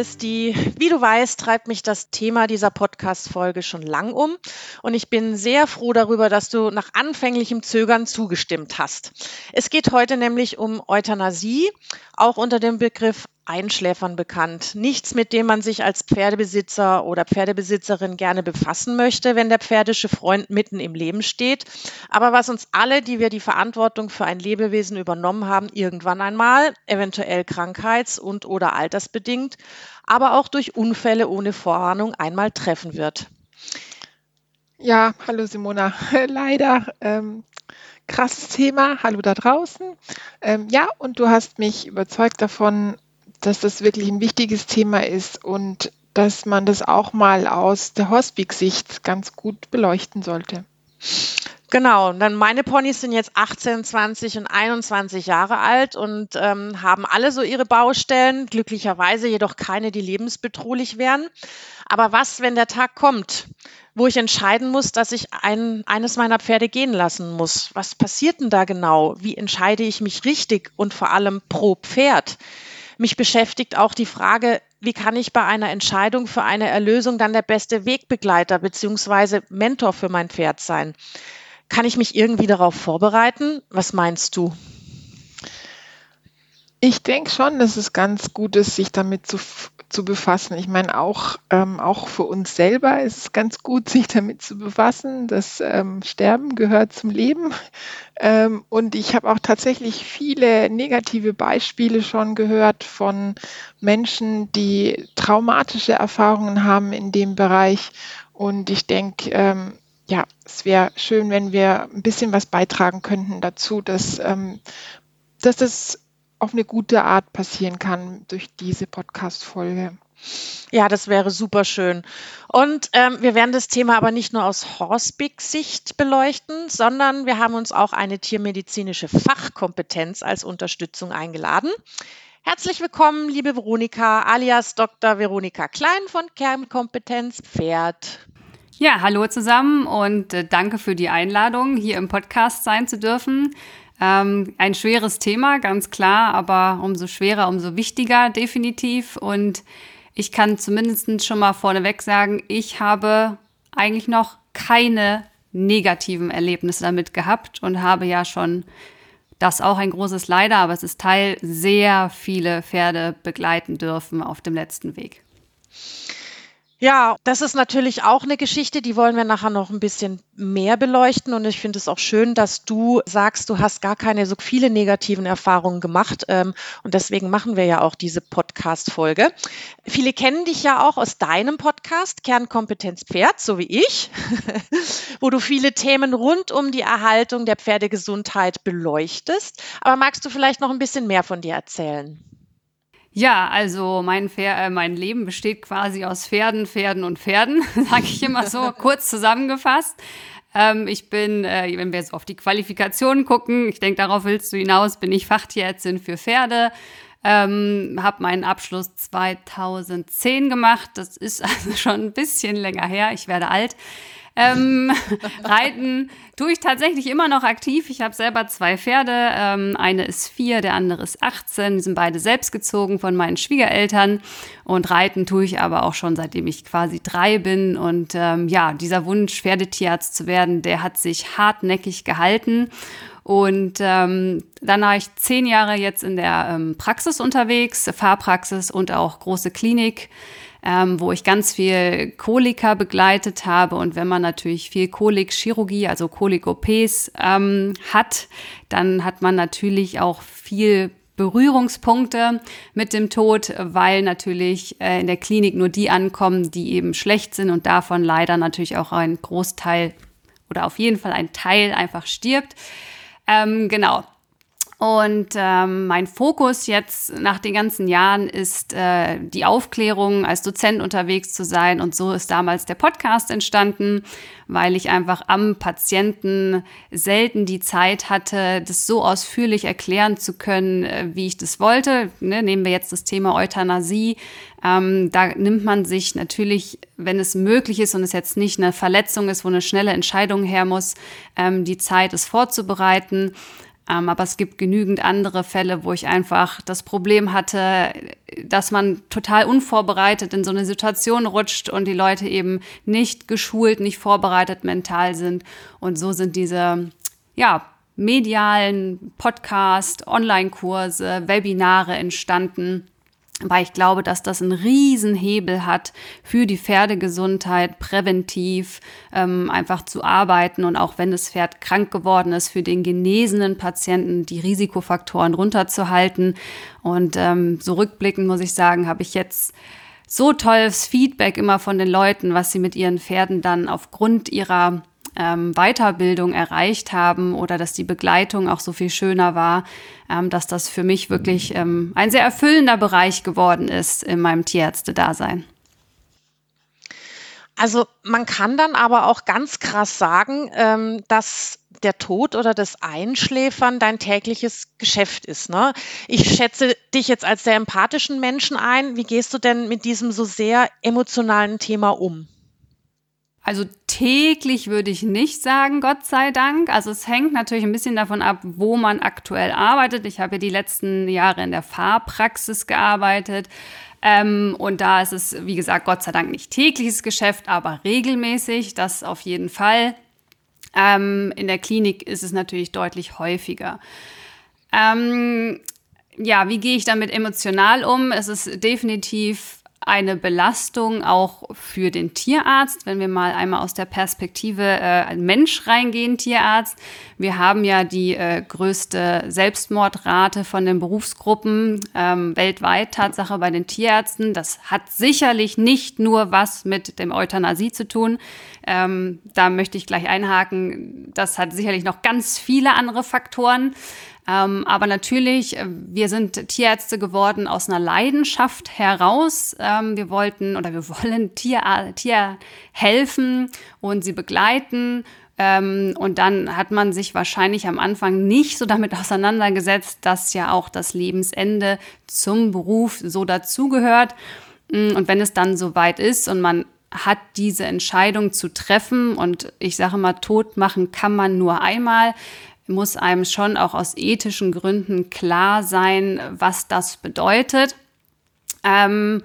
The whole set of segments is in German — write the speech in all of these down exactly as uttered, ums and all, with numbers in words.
Christi. Wie du weißt, treibt mich das Thema dieser Podcast-Folge schon lang um und ich bin sehr froh darüber, dass du nach anfänglichem Zögern zugestimmt hast. Es geht heute nämlich um Euthanasie, auch unter dem Begriff Einschläfern bekannt. Nichts, mit dem man sich als Pferdebesitzer oder Pferdebesitzerin gerne befassen möchte, wenn der pferdische Freund mitten im Leben steht. Aber was uns alle, die wir die Verantwortung für ein Lebewesen übernommen haben, irgendwann einmal, eventuell krankheits- und oder altersbedingt, aber auch durch Unfälle ohne Vorahnung einmal treffen wird. Ja, hallo Simona. Leider ähm, krasses Thema. Hallo da draußen. Ähm, ja, und du hast mich überzeugt davon, dass das wirklich ein wichtiges Thema ist und dass man das auch mal aus der Hospice-Sicht ganz gut beleuchten sollte. Genau, und dann meine Ponys sind jetzt achtzehn, zwanzig und einundzwanzig Jahre alt und ähm, haben alle so ihre Baustellen, glücklicherweise jedoch keine, die lebensbedrohlich wären. Aber was, wenn der Tag kommt, wo ich entscheiden muss, dass ich ein, eines meiner Pferde gehen lassen muss? Was passiert denn da genau? Wie entscheide ich mich richtig und vor allem pro Pferd? Mich beschäftigt auch die Frage, wie kann ich bei einer Entscheidung für eine Erlösung dann der beste Wegbegleiter bzw. Mentor für mein Pferd sein? Kann ich mich irgendwie darauf vorbereiten? Was meinst du? Ich denke schon, dass es ganz gut ist, sich damit zu, zu befassen. Ich meine, auch, ähm, auch für uns selber ist es ganz gut, sich damit zu befassen. Das ähm, Sterben gehört zum Leben. Ähm, und ich habe auch tatsächlich viele negative Beispiele schon gehört von Menschen, die traumatische Erfahrungen haben in dem Bereich. Und ich denke, ähm, ja, es wäre schön, wenn wir ein bisschen was beitragen könnten dazu, dass, ähm, dass das auf eine gute Art passieren kann durch diese Podcast-Folge. Ja, das wäre super schön. Und ähm, wir werden das Thema aber nicht nur aus Hospice-Sicht beleuchten, sondern wir haben uns auch eine tiermedizinische Fachkompetenz als Unterstützung eingeladen. Herzlich willkommen, liebe Veronika, alias Doktor Veronika Klein von Kernkompetenz Pferd. Ja, hallo zusammen und äh, danke für die Einladung, hier im Podcast sein zu dürfen. Ähm, ein schweres Thema, ganz klar, aber umso schwerer, umso wichtiger definitiv. Und ich kann zumindest schon mal vorneweg sagen, ich habe eigentlich noch keine negativen Erlebnisse damit gehabt und habe ja schon, das auch ein großes Leider, aber es ist Teil, sehr viele Pferde begleiten dürfen auf dem letzten Weg. Ja, das ist natürlich auch eine Geschichte, die wollen wir nachher noch ein bisschen mehr beleuchten. Und ich finde es auch schön, dass du sagst, du hast gar keine so viele negativen Erfahrungen gemacht. Ähm, und deswegen machen wir ja auch diese Podcast-Folge. Viele kennen dich ja auch aus deinem Podcast, Kernkompetenz Pferd, so wie ich, wo du viele Themen rund um die Erhaltung der Pferdegesundheit beleuchtest. Aber magst du vielleicht noch ein bisschen mehr von dir erzählen? Ja, also mein, Pfer- äh, mein Leben besteht quasi aus Pferden, Pferden und Pferden, sage ich immer so kurz zusammengefasst. Ähm, ich bin, äh, wenn wir jetzt auf die Qualifikationen gucken, ich denke, darauf willst du hinaus, bin ich Fachtierärztin für Pferde, ähm, habe meinen Abschluss zweitausendzehn gemacht. Das ist also schon ein bisschen länger her, ich werde alt. Ähm, Reiten tue ich tatsächlich immer noch aktiv. Ich habe selber zwei Pferde. Ähm, eine ist vier, der andere ist achtzehn. Die sind beide selbst gezogen von meinen Schwiegereltern. Und Reiten tue ich aber auch schon, seitdem ich quasi drei bin. Und ähm, ja, dieser Wunsch, Pferdetierarzt zu werden, der hat sich hartnäckig gehalten. Und ähm, dann war ich zehn Jahre jetzt in der ähm, Praxis unterwegs, Fahrpraxis und auch große Klinik. Ähm, wo ich ganz viel Koliker begleitet habe. Und wenn man natürlich viel Kolikchirurgie, also Kolik-O Ps ähm, hat, dann hat man natürlich auch viel Berührungspunkte mit dem Tod, weil natürlich äh, in der Klinik nur die ankommen, die eben schlecht sind und davon leider natürlich auch ein Großteil oder auf jeden Fall ein Teil einfach stirbt. Ähm, genau. Und ähm, mein Fokus jetzt nach den ganzen Jahren ist äh, die Aufklärung, als Dozent unterwegs zu sein. Und so ist damals der Podcast entstanden, weil ich einfach am Patienten selten die Zeit hatte, das so ausführlich erklären zu können, äh, wie ich das wollte. Ne, nehmen wir jetzt das Thema Euthanasie. Ähm, da nimmt man sich natürlich, wenn es möglich ist und es jetzt nicht eine Verletzung ist, wo eine schnelle Entscheidung her muss, ähm, die Zeit, es vorzubereiten. Ähm, aber es gibt genügend andere Fälle, wo ich einfach das Problem hatte, dass man total unvorbereitet in so eine Situation rutscht und die Leute eben nicht geschult, nicht vorbereitet mental sind. Und so sind diese, ja, medialen Podcast, Online-Kurse, Webinare entstanden, weil ich glaube, dass das einen Riesenhebel hat für die Pferdegesundheit, präventiv ähm, einfach zu arbeiten und auch wenn das Pferd krank geworden ist, für den genesenen Patienten die Risikofaktoren runterzuhalten. Und ähm, so rückblickend muss ich sagen, habe ich jetzt so tolles Feedback immer von den Leuten, was sie mit ihren Pferden dann aufgrund ihrer Ähm, Weiterbildung erreicht haben oder dass die Begleitung auch so viel schöner war, ähm, dass das für mich wirklich ähm, ein sehr erfüllender Bereich geworden ist in meinem Tierärzte-Dasein. Also man kann dann aber auch ganz krass sagen, ähm, dass der Tod oder das Einschläfern dein tägliches Geschäft ist, ne? Ich schätze dich jetzt als sehr empathischen Menschen ein. Wie gehst du denn mit diesem so sehr emotionalen Thema um? Also täglich würde ich nicht sagen, Gott sei Dank. Also es hängt natürlich ein bisschen davon ab, wo man aktuell arbeitet. Ich habe ja die letzten Jahre in der Fahrpraxis gearbeitet. Ähm, und da ist es, wie gesagt, Gott sei Dank nicht tägliches Geschäft, aber regelmäßig, das auf jeden Fall. Ähm, in der Klinik ist es natürlich deutlich häufiger. Ähm, ja, wie gehe ich damit emotional um? Es ist definitiv eine Belastung auch für den Tierarzt, wenn wir mal einmal aus der Perspektive äh, Mensch reingehen, Tierarzt. Wir haben ja die äh, größte Selbstmordrate von den Berufsgruppen ähm, weltweit, Tatsache bei den Tierärzten. Das hat sicherlich nicht nur was mit dem Euthanasie zu tun. Ähm, da möchte ich gleich einhaken. Das hat sicherlich noch ganz viele andere Faktoren. Ähm, aber natürlich, wir sind Tierärzte geworden aus einer Leidenschaft heraus. Ähm, wir wollten oder wir wollen Tier, Tier helfen und sie begleiten. Ähm, und dann hat man sich wahrscheinlich am Anfang nicht so damit auseinandergesetzt, dass ja auch das Lebensende zum Beruf so dazugehört. Und wenn es dann soweit ist und man hat diese Entscheidung zu treffen und ich sage mal, tot machen kann man nur einmal, muss einem schon auch aus ethischen Gründen klar sein, was das bedeutet. Ähm,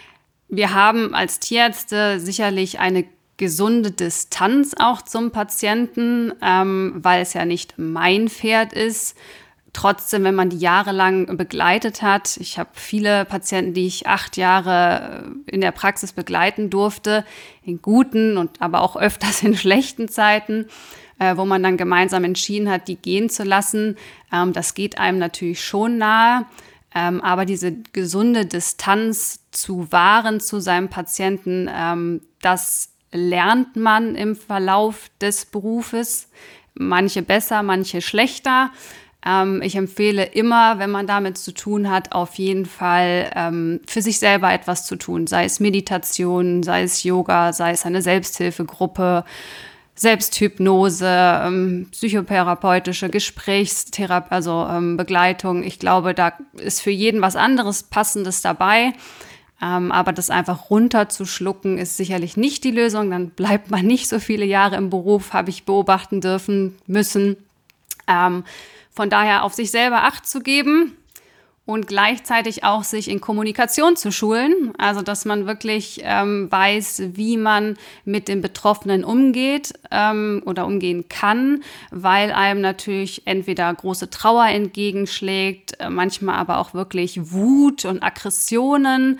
wir haben als Tierärzte sicherlich eine gesunde Distanz auch zum Patienten, ähm, weil es ja nicht mein Pferd ist. Trotzdem, wenn man die jahrelang begleitet hat, ich habe viele Patienten, die ich acht Jahre in der Praxis begleiten durfte, in guten und aber auch öfters in schlechten Zeiten, äh, wo man dann gemeinsam entschieden hat, die gehen zu lassen. Ähm, das geht einem natürlich schon nahe, ähm, aber diese gesunde Distanz zu wahren zu seinem Patienten, ähm, das lernt man im Verlauf des Berufes. Manche besser, manche schlechter. Ähm, ich empfehle immer, wenn man damit zu tun hat, auf jeden Fall ähm, für sich selber etwas zu tun. Sei es Meditation, sei es Yoga, sei es eine Selbsthilfegruppe, Selbsthypnose, ähm, psychotherapeutische Gesprächstherapie, also ähm, Begleitung. Ich glaube, da ist für jeden was anderes Passendes dabei. Ähm, aber das einfach runterzuschlucken ist sicherlich nicht die Lösung. Dann bleibt man nicht so viele Jahre im Beruf, habe ich beobachten dürfen müssen. Ähm, von daher auf sich selber Acht zu geben und gleichzeitig auch sich in Kommunikation zu schulen. Also dass man wirklich ähm, weiß, wie man mit den Betroffenen umgeht ähm, oder umgehen kann, weil einem natürlich entweder große Trauer entgegenschlägt, äh, manchmal aber auch wirklich Wut und Aggressionen,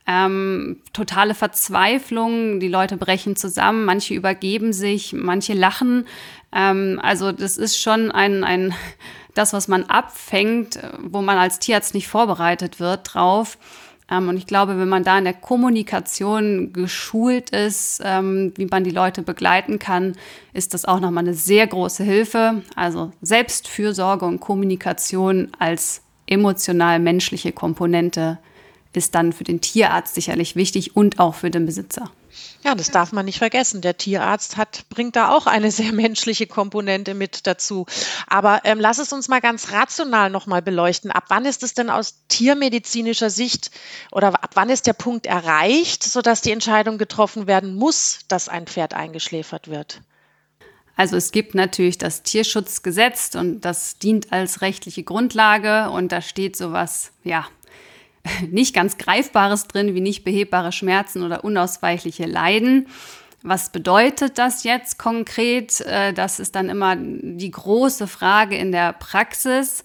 ähm, totale Verzweiflung. Die Leute brechen zusammen, manche übergeben sich, manche lachen. Ähm, also das ist schon ein, ein das, was man abfängt, wo man als Tierarzt nicht vorbereitet wird drauf. Ähm, und ich glaube, wenn man da in der Kommunikation geschult ist, ähm, wie man die Leute begleiten kann, ist das auch nochmal eine sehr große Hilfe. Also Selbstfürsorge und Kommunikation als emotional-menschliche Komponente ist dann für den Tierarzt sicherlich wichtig und auch für den Besitzer. Ja, das darf man nicht vergessen. Der Tierarzt hat, bringt da auch eine sehr menschliche Komponente mit dazu. Aber ähm, lass es uns mal ganz rational nochmal beleuchten. Ab wann ist es denn aus tiermedizinischer Sicht oder ab wann ist der Punkt erreicht, sodass die Entscheidung getroffen werden muss, dass ein Pferd eingeschläfert wird? Also es gibt natürlich das Tierschutzgesetz und das dient als rechtliche Grundlage und da steht sowas, ja, nicht ganz Greifbares drin, wie nicht behebbare Schmerzen oder unausweichliche Leiden. Was bedeutet das jetzt konkret? Das ist dann immer die große Frage in der Praxis.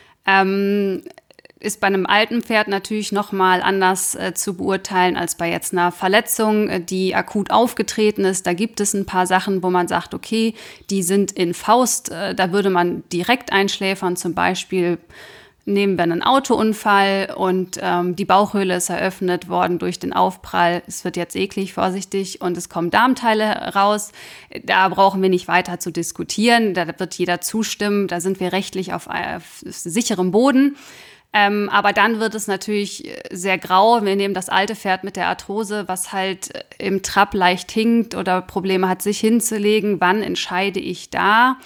Ähm, ist bei einem alten Pferd natürlich noch mal anders äh, zu beurteilen als bei jetzt einer Verletzung, äh, die akut aufgetreten ist. Da gibt es ein paar Sachen, wo man sagt, okay, die sind in Faust, äh, da würde man direkt einschläfern. Zum Beispiel nehmen wir einen Autounfall und ähm, die Bauchhöhle ist eröffnet worden durch den Aufprall. Es wird jetzt eklig, vorsichtig, und es kommen Darmteile raus. Da brauchen wir nicht weiter zu diskutieren. Da wird jeder zustimmen. Da sind wir rechtlich auf, auf sicherem Boden. Ähm, aber dann wird es natürlich sehr grau. Wir nehmen das alte Pferd mit der Arthrose, was halt im Trab leicht hinkt oder Probleme hat, sich hinzulegen. Wann entscheide ich da?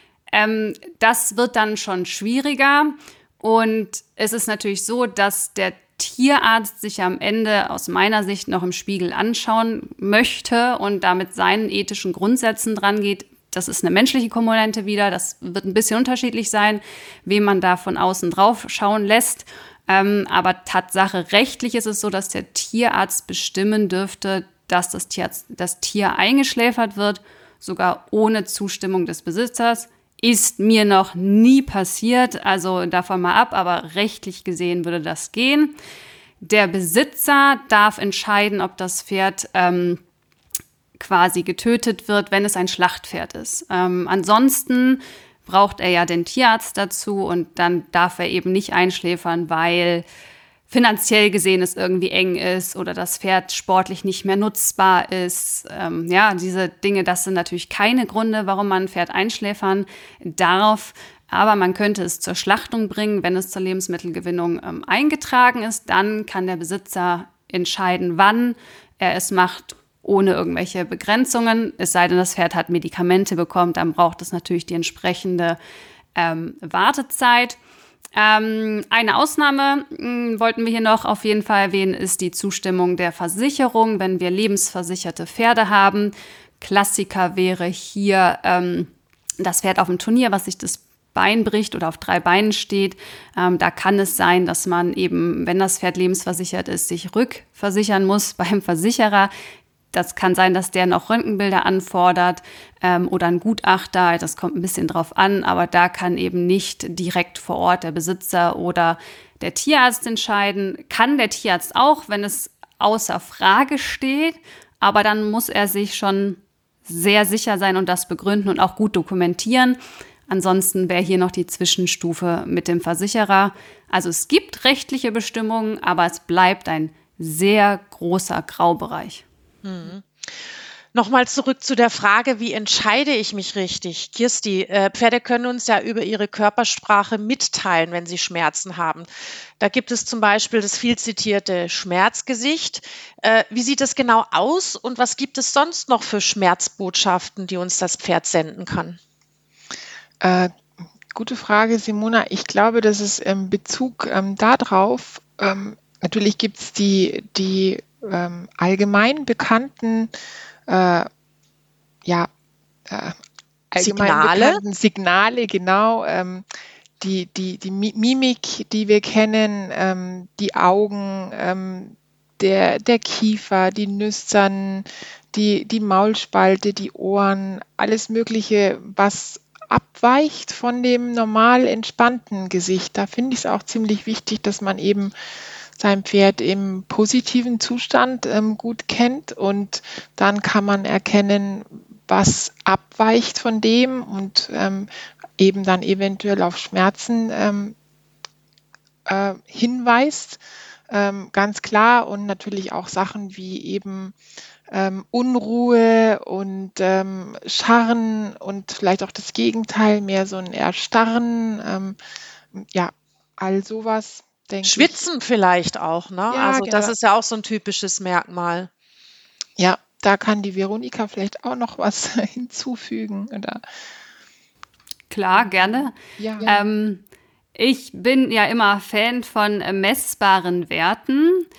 Ähm, das wird dann schon schwieriger. Und es ist natürlich so, dass der Tierarzt sich am Ende aus meiner Sicht noch im Spiegel anschauen möchte und damit seinen ethischen Grundsätzen dran geht. Das ist eine menschliche Komponente wieder. Das wird ein bisschen unterschiedlich sein, wem man da von außen drauf schauen lässt. Ähm, aber Tatsache rechtlich ist es so, dass der Tierarzt bestimmen dürfte, dass das Tier, das Tier eingeschläfert wird, sogar ohne Zustimmung des Besitzers. Ist mir noch nie passiert, also davon mal ab, aber rechtlich gesehen würde das gehen. Der Besitzer darf entscheiden, ob das Pferd ähm, quasi getötet wird, wenn es ein Schlachtpferd ist. Ähm, ansonsten braucht er ja den Tierarzt dazu und dann darf er eben nicht einschläfern, weil finanziell gesehen es irgendwie eng ist oder das Pferd sportlich nicht mehr nutzbar ist. Ähm, ja, diese Dinge, das sind natürlich keine Gründe, warum man ein Pferd einschläfern darf. Aber man könnte es zur Schlachtung bringen, wenn es zur Lebensmittelgewinnung ähm, eingetragen ist. Dann kann der Besitzer entscheiden, wann er es macht, ohne irgendwelche Begrenzungen. Es sei denn, das Pferd hat Medikamente bekommen, dann braucht es natürlich die entsprechende ähm, Wartezeit. Ähm, eine Ausnahme mh, wollten wir hier noch auf jeden Fall erwähnen, ist die Zustimmung der Versicherung, wenn wir lebensversicherte Pferde haben. Klassiker wäre hier ähm, das Pferd auf dem Turnier, was sich das Bein bricht oder auf drei Beinen steht. Ähm, da kann es sein, dass man eben, wenn das Pferd lebensversichert ist, sich rückversichern muss beim Versicherer. Das kann sein, dass der noch Röntgenbilder anfordert ähm, oder ein Gutachter. Das kommt ein bisschen drauf an, aber da kann eben nicht direkt vor Ort der Besitzer oder der Tierarzt entscheiden. Kann der Tierarzt auch, wenn es außer Frage steht, aber dann muss er sich schon sehr sicher sein und das begründen und auch gut dokumentieren. Ansonsten wäre hier noch die Zwischenstufe mit dem Versicherer. Also es gibt rechtliche Bestimmungen, aber es bleibt ein sehr großer Graubereich. Mhm. Nochmal zurück zu der Frage, wie entscheide ich mich richtig? Kirsti, äh, Pferde können uns ja über ihre Körpersprache mitteilen, wenn sie Schmerzen haben. Da gibt es zum Beispiel das viel zitierte Schmerzgesicht. Äh, wie sieht das genau aus und was gibt es sonst noch für Schmerzbotschaften, die uns das Pferd senden kann? Äh, gute Frage, Simona. Ich glaube, dass es in Bezug ähm, darauf, ähm, natürlich gibt es die, die ähm, allgemein bekannten äh, ja, äh, allgemein Signale? bekannten Signale, genau, ähm, die, die, die Mi- Mimik, die wir kennen, ähm, die Augen, ähm, der, der Kiefer, die Nüstern, die, die Maulspalte, die Ohren, alles Mögliche, was abweicht von dem normal entspannten Gesicht. Da finde ich es auch ziemlich wichtig, dass man eben sein Pferd im positiven Zustand ähm, gut kennt und dann kann man erkennen, was abweicht von dem und ähm, eben dann eventuell auf Schmerzen ähm, äh, hinweist. Ähm, ganz klar und natürlich auch Sachen wie eben ähm, Unruhe und ähm, Scharren und vielleicht auch das Gegenteil, mehr so ein Erstarren. Ähm, ja, all sowas, denke ich. Schwitzen vielleicht auch, ne? Ja, Also das genau. ist ja auch so ein typisches Merkmal. Ja, da kann die Veronika vielleicht auch noch was hinzufügen. Oder? Klar, gerne. Ja. Ähm, ich bin ja immer Fan von äh, messbaren Werten.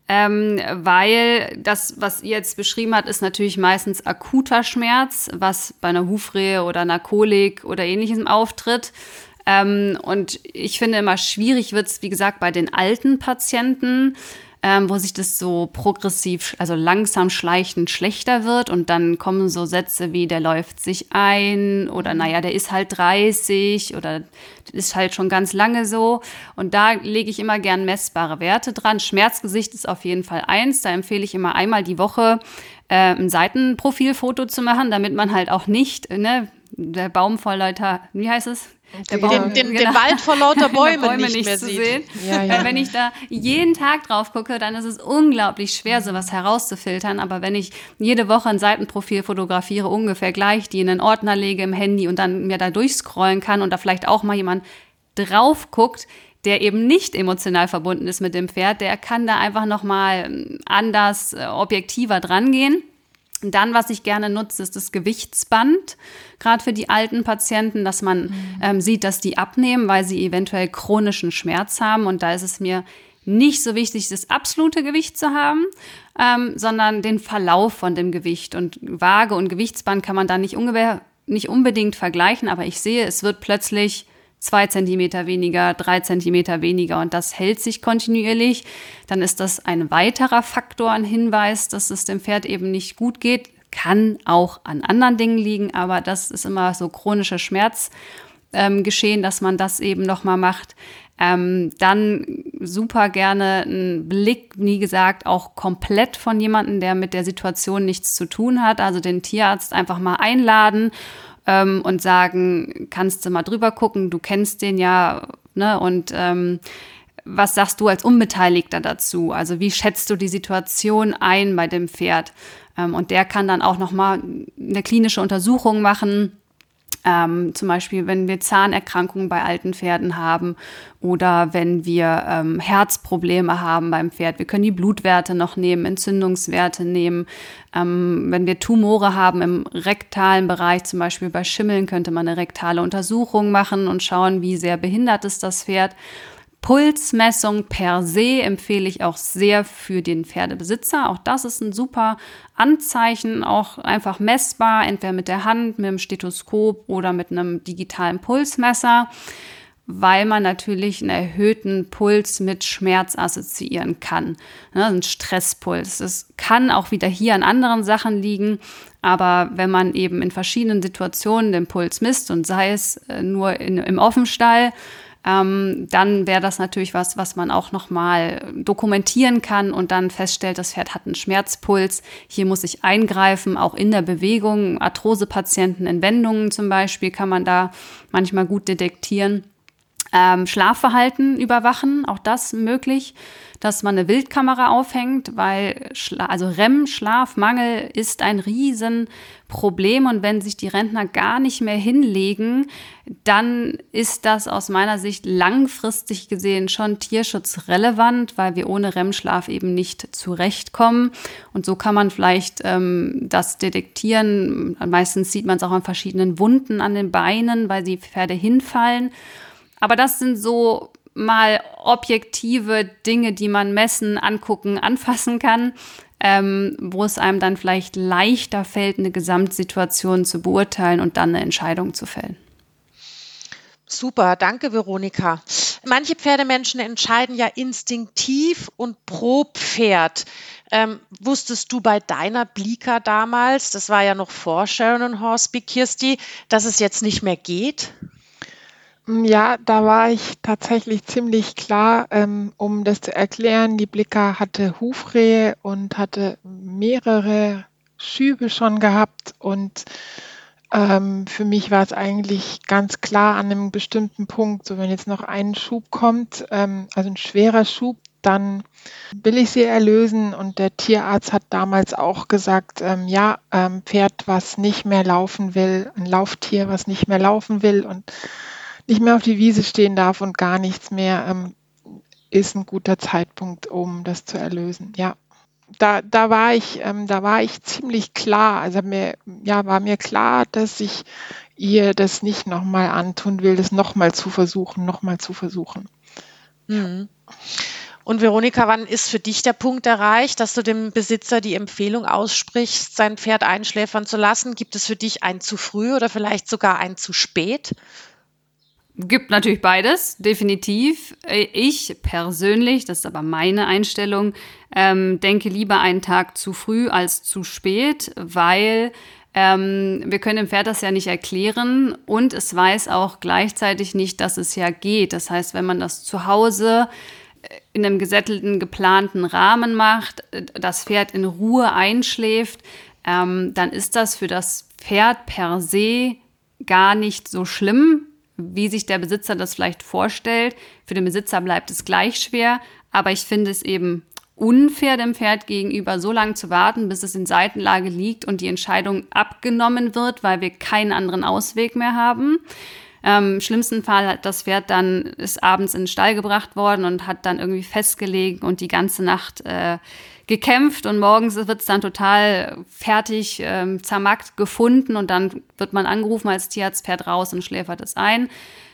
Ähm, weil das, was ihr jetzt beschrieben habt, ist natürlich meistens akuter Schmerz, was bei einer Hufrehe oder einer Kolik oder Ähnlichem auftritt. Ähm, und ich finde immer schwierig wird es, wie gesagt, bei den alten Patienten, ähm, wo sich das so progressiv, also langsam schleichend schlechter wird und dann kommen so Sätze wie, der läuft sich ein oder naja, der ist halt dreißig oder ist halt schon ganz lange so. Und da lege ich immer gern messbare Werte dran. Schmerzgesicht ist auf jeden Fall eins. Da empfehle ich immer einmal die Woche äh, ein Seitenprofilfoto zu machen, damit man halt auch nicht, ne, der Baum vor lauter, wie heißt es? Der Baum, den, den, genau. den Wald vor lauter Bäumen Bäume nicht, nicht mehr zu sieht. sehen. Ja, ja. Wenn ich da jeden Tag drauf gucke, dann ist es unglaublich schwer, sowas herauszufiltern. Aber wenn ich jede Woche ein Seitenprofil fotografiere, ungefähr gleich, die in einen Ordner lege im Handy und dann mir da durchscrollen kann und da vielleicht auch mal jemand drauf guckt, der eben nicht emotional verbunden ist mit dem Pferd, der kann da einfach nochmal anders, äh, objektiver dran gehen. Dann, was ich gerne nutze, ist das Gewichtsband, gerade für die alten Patienten, dass man mhm. ähm, sieht, dass die abnehmen, weil sie eventuell chronischen Schmerz haben. Und da ist es mir nicht so wichtig, das absolute Gewicht zu haben, ähm, sondern den Verlauf von dem Gewicht. Und Waage und Gewichtsband kann man da nicht, ungefähr, nicht unbedingt vergleichen, aber ich sehe, es wird plötzlich zwei Zentimeter weniger, drei Zentimeter weniger und das hält sich kontinuierlich, dann ist das ein weiterer Faktor, ein Hinweis, dass es dem Pferd eben nicht gut geht. Kann auch an anderen Dingen liegen, aber das ist immer so chronischer Schmerz ähm, geschehen, dass man das eben nochmal macht. Ähm, dann super gerne einen Blick, wie gesagt, auch komplett von jemandem, der mit der Situation nichts zu tun hat, also den Tierarzt einfach mal einladen ähm, und sagen, kannst du mal drüber gucken, du kennst den ja, ne, und ähm, was sagst du als Unbeteiligter dazu? Also wie schätzt du die Situation ein bei dem Pferd? Ähm, und der kann dann auch nochmal eine klinische Untersuchung machen, Ähm, zum Beispiel, wenn wir Zahnerkrankungen bei alten Pferden haben oder wenn wir ähm, Herzprobleme haben beim Pferd. Wir können die Blutwerte noch nehmen, Entzündungswerte nehmen. Ähm, wenn wir Tumore haben im rektalen Bereich, zum Beispiel bei Schimmeln, könnte man eine rektale Untersuchung machen und schauen, wie sehr behindert ist das Pferd. Pulsmessung per se empfehle ich auch sehr für den Pferdebesitzer. Auch das ist ein super Anzeichen, auch einfach messbar, entweder mit der Hand, mit dem Stethoskop oder mit einem digitalen Pulsmesser, weil man natürlich einen erhöhten Puls mit Schmerz assoziieren kann. Ne, ein Stresspuls. Es kann auch wieder hier an anderen Sachen liegen, aber wenn man eben in verschiedenen Situationen den Puls misst und sei es nur in, im Offenstall, Ähm, dann wäre das natürlich was, was man auch nochmal dokumentieren kann und dann feststellt, das Pferd hat einen Schmerzpuls. Hier muss ich eingreifen, auch in der Bewegung. Arthrosepatienten in Wendungen zum Beispiel kann man da manchmal gut detektieren. Ähm, Schlafverhalten überwachen, auch das möglich, dass man eine Wildkamera aufhängt, weil Schla- also R E M, Schlafmangel, ist ein Riesenproblem und wenn sich die Rentner gar nicht mehr hinlegen, dann ist das aus meiner Sicht langfristig gesehen schon tierschutzrelevant, weil wir ohne R E M-Schlaf eben nicht zurechtkommen und so kann man vielleicht ähm, das detektieren. Meistens sieht man es auch an verschiedenen Wunden an den Beinen, weil die Pferde hinfallen. Aber das sind so mal objektive Dinge, die man messen, angucken, anfassen kann, ähm, wo es einem dann vielleicht leichter fällt, eine Gesamtsituation zu beurteilen und dann eine Entscheidung zu fällen. Super, danke Veronika. Manche Pferdemenschen entscheiden ja instinktiv und pro Pferd. Ähm, wusstest du bei deiner Blika damals, das war ja noch vor Sharon und Horsby, Kirsti, dass es jetzt nicht mehr geht? Ja, da war ich tatsächlich ziemlich klar, ähm, um das zu erklären. Die Blika hatte Hufrehe und hatte mehrere Schübe schon gehabt und ähm, für mich war es eigentlich ganz klar an einem bestimmten Punkt, so wenn jetzt noch ein Schub kommt, ähm, also ein schwerer Schub, dann will ich sie erlösen und der Tierarzt hat damals auch gesagt, ähm, ja, ähm, Pferd, was nicht mehr laufen will, ein Lauftier, was nicht mehr laufen will und nicht mehr auf die Wiese stehen darf und gar nichts mehr, ähm, ist ein guter Zeitpunkt, um das zu erlösen. Ja, da, da war ich, ähm, da war ich ziemlich klar. Also mir, ja, war mir klar, dass ich ihr das nicht nochmal antun will, das nochmal zu versuchen, nochmal zu versuchen. Mhm. Und Veronika, wann ist für dich der Punkt erreicht, dass du dem Besitzer die Empfehlung aussprichst, sein Pferd einschläfern zu lassen? Gibt es für dich ein zu früh oder vielleicht sogar ein zu spät? Gibt natürlich beides, definitiv. Ich persönlich, das ist aber meine Einstellung, ähm, denke lieber einen Tag zu früh als zu spät, weil ähm, wir können dem Pferd das ja nicht erklären und es weiß auch gleichzeitig nicht, dass es ja geht. Das heißt, wenn man das zu Hause in einem gesättelten, geplanten Rahmen macht, das Pferd in Ruhe einschläft, ähm, dann ist das für das Pferd per se gar nicht so schlimm, wie sich der Besitzer das vielleicht vorstellt. Für den Besitzer bleibt es gleich schwer, aber ich finde es eben unfair, dem Pferd gegenüber so lange zu warten, bis es in Seitenlage liegt und die Entscheidung abgenommen wird, weil wir keinen anderen Ausweg mehr haben. Ähm, Im schlimmsten Fall hat das Pferd dann, ist abends in den Stall gebracht worden und hat dann irgendwie festgelegen und die ganze Nacht äh, gekämpft und morgens wird es dann total fertig, ähm, zermackt gefunden und dann wird man angerufen als Tierarzt, Pferd raus und schläfert es ein.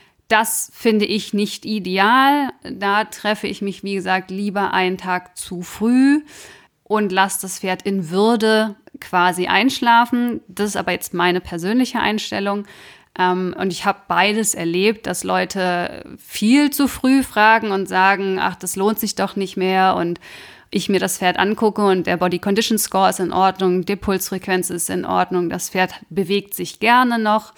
Das finde ich nicht ideal. Da treffe ich mich, wie gesagt, lieber einen Tag zu früh und lasse das Pferd in Würde quasi einschlafen. Das ist aber jetzt meine persönliche Einstellung. Ähm, und ich habe beides erlebt, dass Leute viel zu früh fragen und sagen, ach, das lohnt sich doch nicht mehr und ich mir das Pferd angucke und der Body Condition Score ist in Ordnung, die Pulsfrequenz ist in Ordnung, das Pferd bewegt sich gerne noch,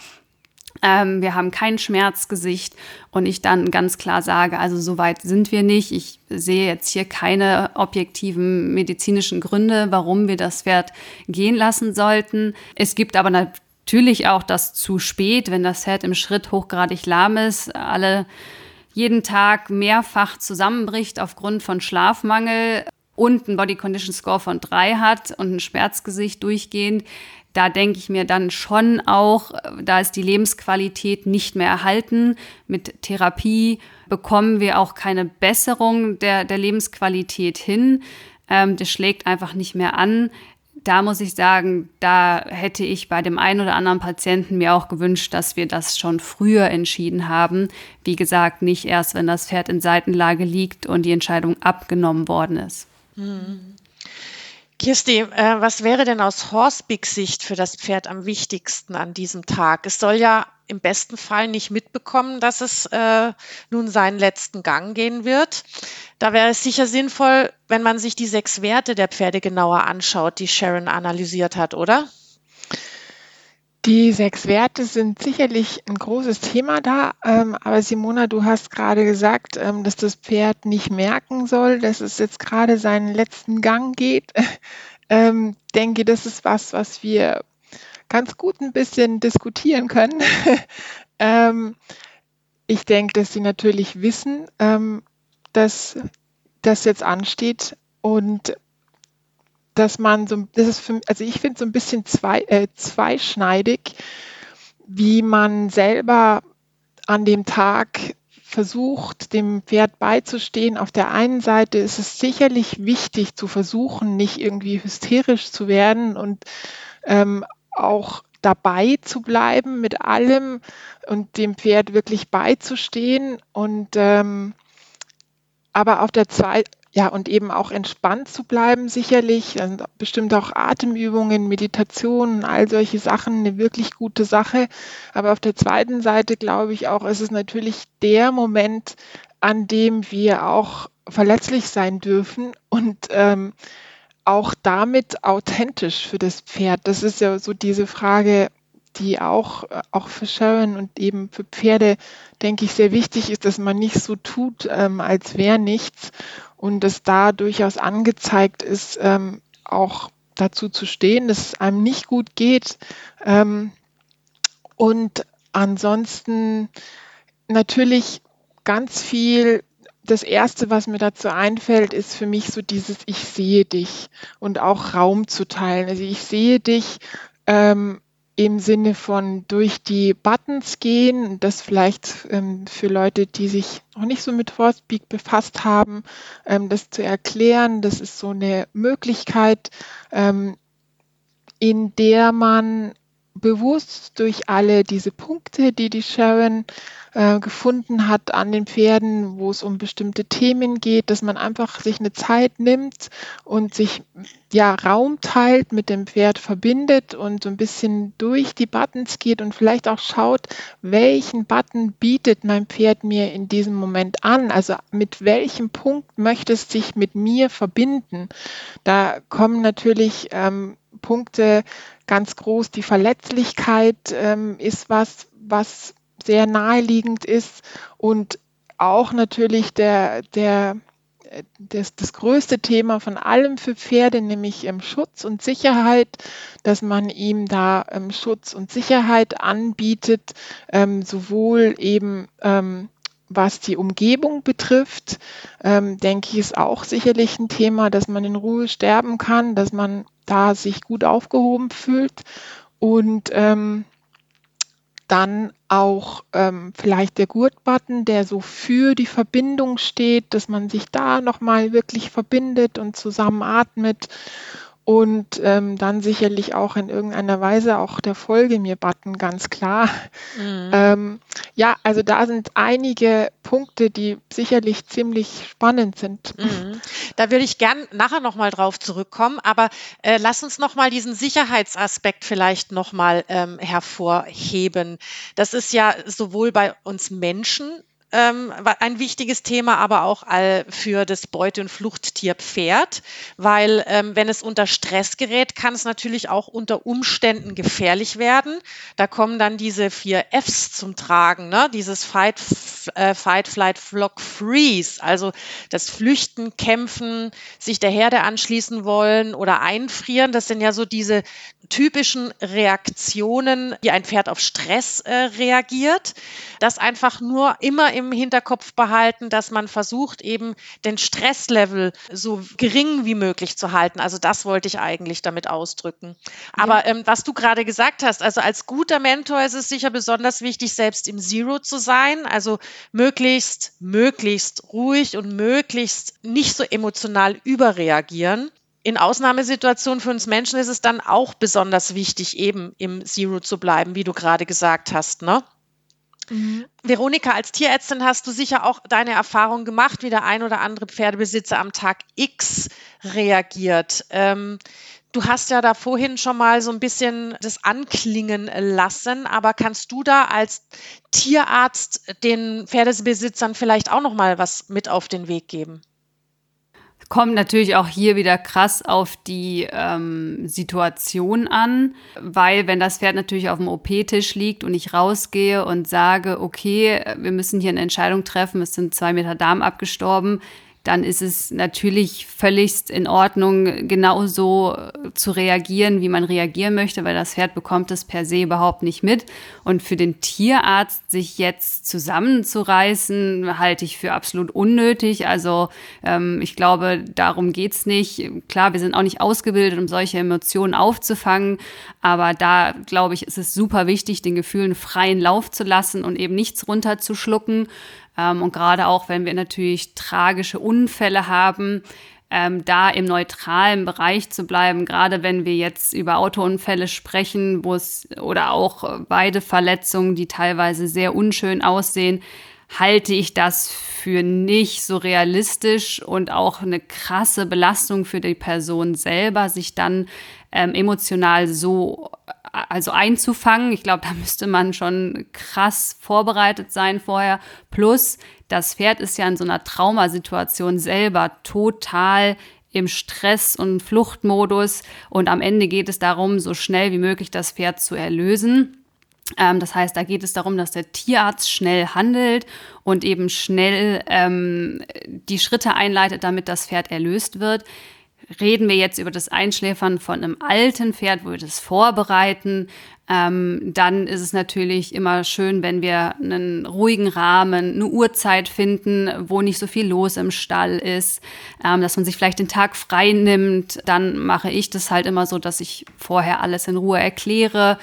ähm, wir haben kein Schmerzgesicht und ich dann ganz klar sage, also so weit sind wir nicht. Ich sehe jetzt hier keine objektiven medizinischen Gründe, warum wir das Pferd gehen lassen sollten. Es gibt aber natürlich auch das zu spät, wenn das Pferd im Schritt hochgradig lahm ist, alle jeden Tag mehrfach zusammenbricht aufgrund von Schlafmangel und einen Body Condition Score von drei hat und ein Schmerzgesicht durchgehend, da denke ich mir dann schon auch, da ist die Lebensqualität nicht mehr erhalten. Mit Therapie bekommen wir auch keine Besserung der, der Lebensqualität hin. Ähm, das schlägt einfach nicht mehr an. Da muss ich sagen, da hätte ich bei dem einen oder anderen Patienten mir auch gewünscht, dass wir das schon früher entschieden haben. Wie gesagt, nicht erst, wenn das Pferd in Seitenlage liegt und die Entscheidung abgenommen worden ist. Hm. Kirsti, äh, was wäre denn aus Horsepick-Sicht für das Pferd am wichtigsten an diesem Tag? Es soll ja im besten Fall nicht mitbekommen, dass es äh, nun seinen letzten Gang gehen wird. Da wäre es sicher sinnvoll, wenn man sich die sechs Werte der Pferde genauer anschaut, die Sharon analysiert hat, oder? Die sechs Werte sind sicherlich ein großes Thema da, ähm, aber Simona, du hast gerade gesagt, ähm, dass das Pferd nicht merken soll, dass es jetzt gerade seinen letzten Gang geht. ähm, denke, das ist was, was wir ganz gut ein bisschen diskutieren können. ähm, ich denke, dass sie natürlich wissen, ähm, dass das jetzt ansteht und dass man so, das ist für, also ich finde so ein bisschen zwei, äh, zweischneidig, wie man selber an dem Tag versucht, dem Pferd beizustehen. Auf der einen Seite ist es sicherlich wichtig zu versuchen, nicht irgendwie hysterisch zu werden und ähm, auch dabei zu bleiben mit allem und dem Pferd wirklich beizustehen und ähm, aber auf der zweiten Ja, und eben auch entspannt zu bleiben, sicherlich. Und bestimmt auch Atemübungen, Meditationen, all solche Sachen, eine wirklich gute Sache. Aber auf der zweiten Seite glaube ich auch, ist es natürlich der Moment, an dem wir auch verletzlich sein dürfen und ähm, auch damit authentisch für das Pferd. Das ist ja so diese Frage, die auch, äh, auch für Sharon und eben für Pferde, denke ich, sehr wichtig ist, dass man nicht so tut, ähm, als wäre nichts und dass da durchaus angezeigt ist, ähm, auch dazu zu stehen, dass es einem nicht gut geht. Ähm, und ansonsten natürlich ganz viel. Das Erste, was mir dazu einfällt, ist für mich so dieses Ich sehe dich und auch Raum zu teilen. Also ich sehe dich ähm, im Sinne von durch die Buttons gehen, das vielleicht ähm, für Leute, die sich noch nicht so mit Horsepeak befasst haben, ähm, das zu erklären. Das ist so eine Möglichkeit, ähm, in der man bewusst durch alle diese Punkte, die die Sharon äh, gefunden hat an den Pferden, wo es um bestimmte Themen geht, dass man einfach sich eine Zeit nimmt und sich ja Raum teilt, mit dem Pferd verbindet und so ein bisschen durch die Buttons geht und vielleicht auch schaut, welchen Button bietet mein Pferd mir in diesem Moment an, also mit welchem Punkt möchte es sich mit mir verbinden. Da kommen natürlich ähm, Punkte ganz groß. Die Verletzlichkeit ähm, ist was, was sehr naheliegend ist und auch natürlich der, der, äh, das, das größte Thema von allem für Pferde, nämlich ähm, Schutz und Sicherheit, dass man ihm da ähm, Schutz und Sicherheit anbietet, ähm, sowohl eben ähm, was die Umgebung betrifft, ähm, denke ich, ist auch sicherlich ein Thema, dass man in Ruhe sterben kann, dass man da sich gut aufgehoben fühlt und ähm, dann auch ähm, vielleicht der Gurtbutton, der so für die Verbindung steht, dass man sich da nochmal wirklich verbindet und zusammen atmet. Und ähm, dann sicherlich auch in irgendeiner Weise auch der Folge mir Button, ganz klar. Mhm. Ähm, ja, also da sind einige Punkte, die sicherlich ziemlich spannend sind. Mhm. Da würde ich gern nachher nochmal drauf zurückkommen, aber äh, lass uns nochmal diesen Sicherheitsaspekt vielleicht nochmal ähm, hervorheben. Das ist ja sowohl bei uns Menschen ähm, ein wichtiges Thema, aber auch all für das Beute- und Fluchttier Pferd, weil ähm, wenn es unter Stress gerät, kann es natürlich auch unter Umständen gefährlich werden. Da kommen dann diese vier Fs zum Tragen, ne? Dieses Fight, f- äh, Fight, Flight, Flock, Freeze, also das Flüchten, Kämpfen, sich der Herde anschließen wollen oder einfrieren. Das sind ja so diese typischen Reaktionen, wie ein Pferd auf Stress äh, reagiert. Das einfach nur immer im Hinterkopf behalten, dass man versucht, eben den Stresslevel so gering wie möglich zu halten. Also das wollte ich eigentlich damit ausdrücken. Aber ähm, was du gerade gesagt hast, also als guter Mentor ist es sicher besonders wichtig, selbst im Zero zu sein, also möglichst, möglichst ruhig und möglichst nicht so emotional überreagieren. In Ausnahmesituationen für uns Menschen ist es dann auch besonders wichtig, eben im Zero zu bleiben, wie du gerade gesagt hast, ne? Mhm. Veronika, als Tierärztin hast du sicher auch deine Erfahrung gemacht, wie der ein oder andere Pferdebesitzer am Tag X reagiert. Ähm, du hast ja da vorhin schon mal so ein bisschen das anklingen lassen, aber kannst du da als Tierarzt den Pferdebesitzern vielleicht auch noch mal was mit auf den Weg geben? Kommt natürlich auch hier wieder krass auf die ähm, Situation an, weil wenn das Pferd natürlich auf dem O P-Tisch liegt und ich rausgehe und sage, okay, wir müssen hier eine Entscheidung treffen, es sind zwei Meter Darm abgestorben, dann ist es natürlich völligst in Ordnung, genauso zu reagieren, wie man reagieren möchte, weil das Pferd bekommt es per se überhaupt nicht mit. Und für den Tierarzt, sich jetzt zusammenzureißen, halte ich für absolut unnötig. Also ähm, ich glaube, darum geht's nicht. Klar, wir sind auch nicht ausgebildet, um solche Emotionen aufzufangen, aber da, glaube ich, ist es super wichtig, den Gefühlen freien Lauf zu lassen und eben nichts runterzuschlucken. Ähm, und gerade auch, wenn wir natürlich tragische Unfälle haben, ähm, da im neutralen Bereich zu bleiben, gerade wenn wir jetzt über Autounfälle sprechen, wo es oder auch Weideverletzungen, die teilweise sehr unschön aussehen, halte ich das für nicht so realistisch und auch eine krasse Belastung für die Person selber, sich dann ähm, emotional so also einzufangen. Ich glaube, da müsste man schon krass vorbereitet sein vorher. Plus, das Pferd ist ja in so einer Traumasituation selber total im Stress- und Fluchtmodus. Und am Ende geht es darum, so schnell wie möglich das Pferd zu erlösen. Ähm, das heißt, da geht es darum, dass der Tierarzt schnell handelt und eben schnell ähm, die Schritte einleitet, damit das Pferd erlöst wird. Reden wir jetzt über das Einschläfern von einem alten Pferd, wo wir das vorbereiten, ähm, dann ist es natürlich immer schön, wenn wir einen ruhigen Rahmen, eine Uhrzeit finden, wo nicht so viel los im Stall ist, ähm, dass man sich vielleicht den Tag frei nimmt. Dann mache ich das halt immer so, dass ich vorher alles in Ruhe erkläre.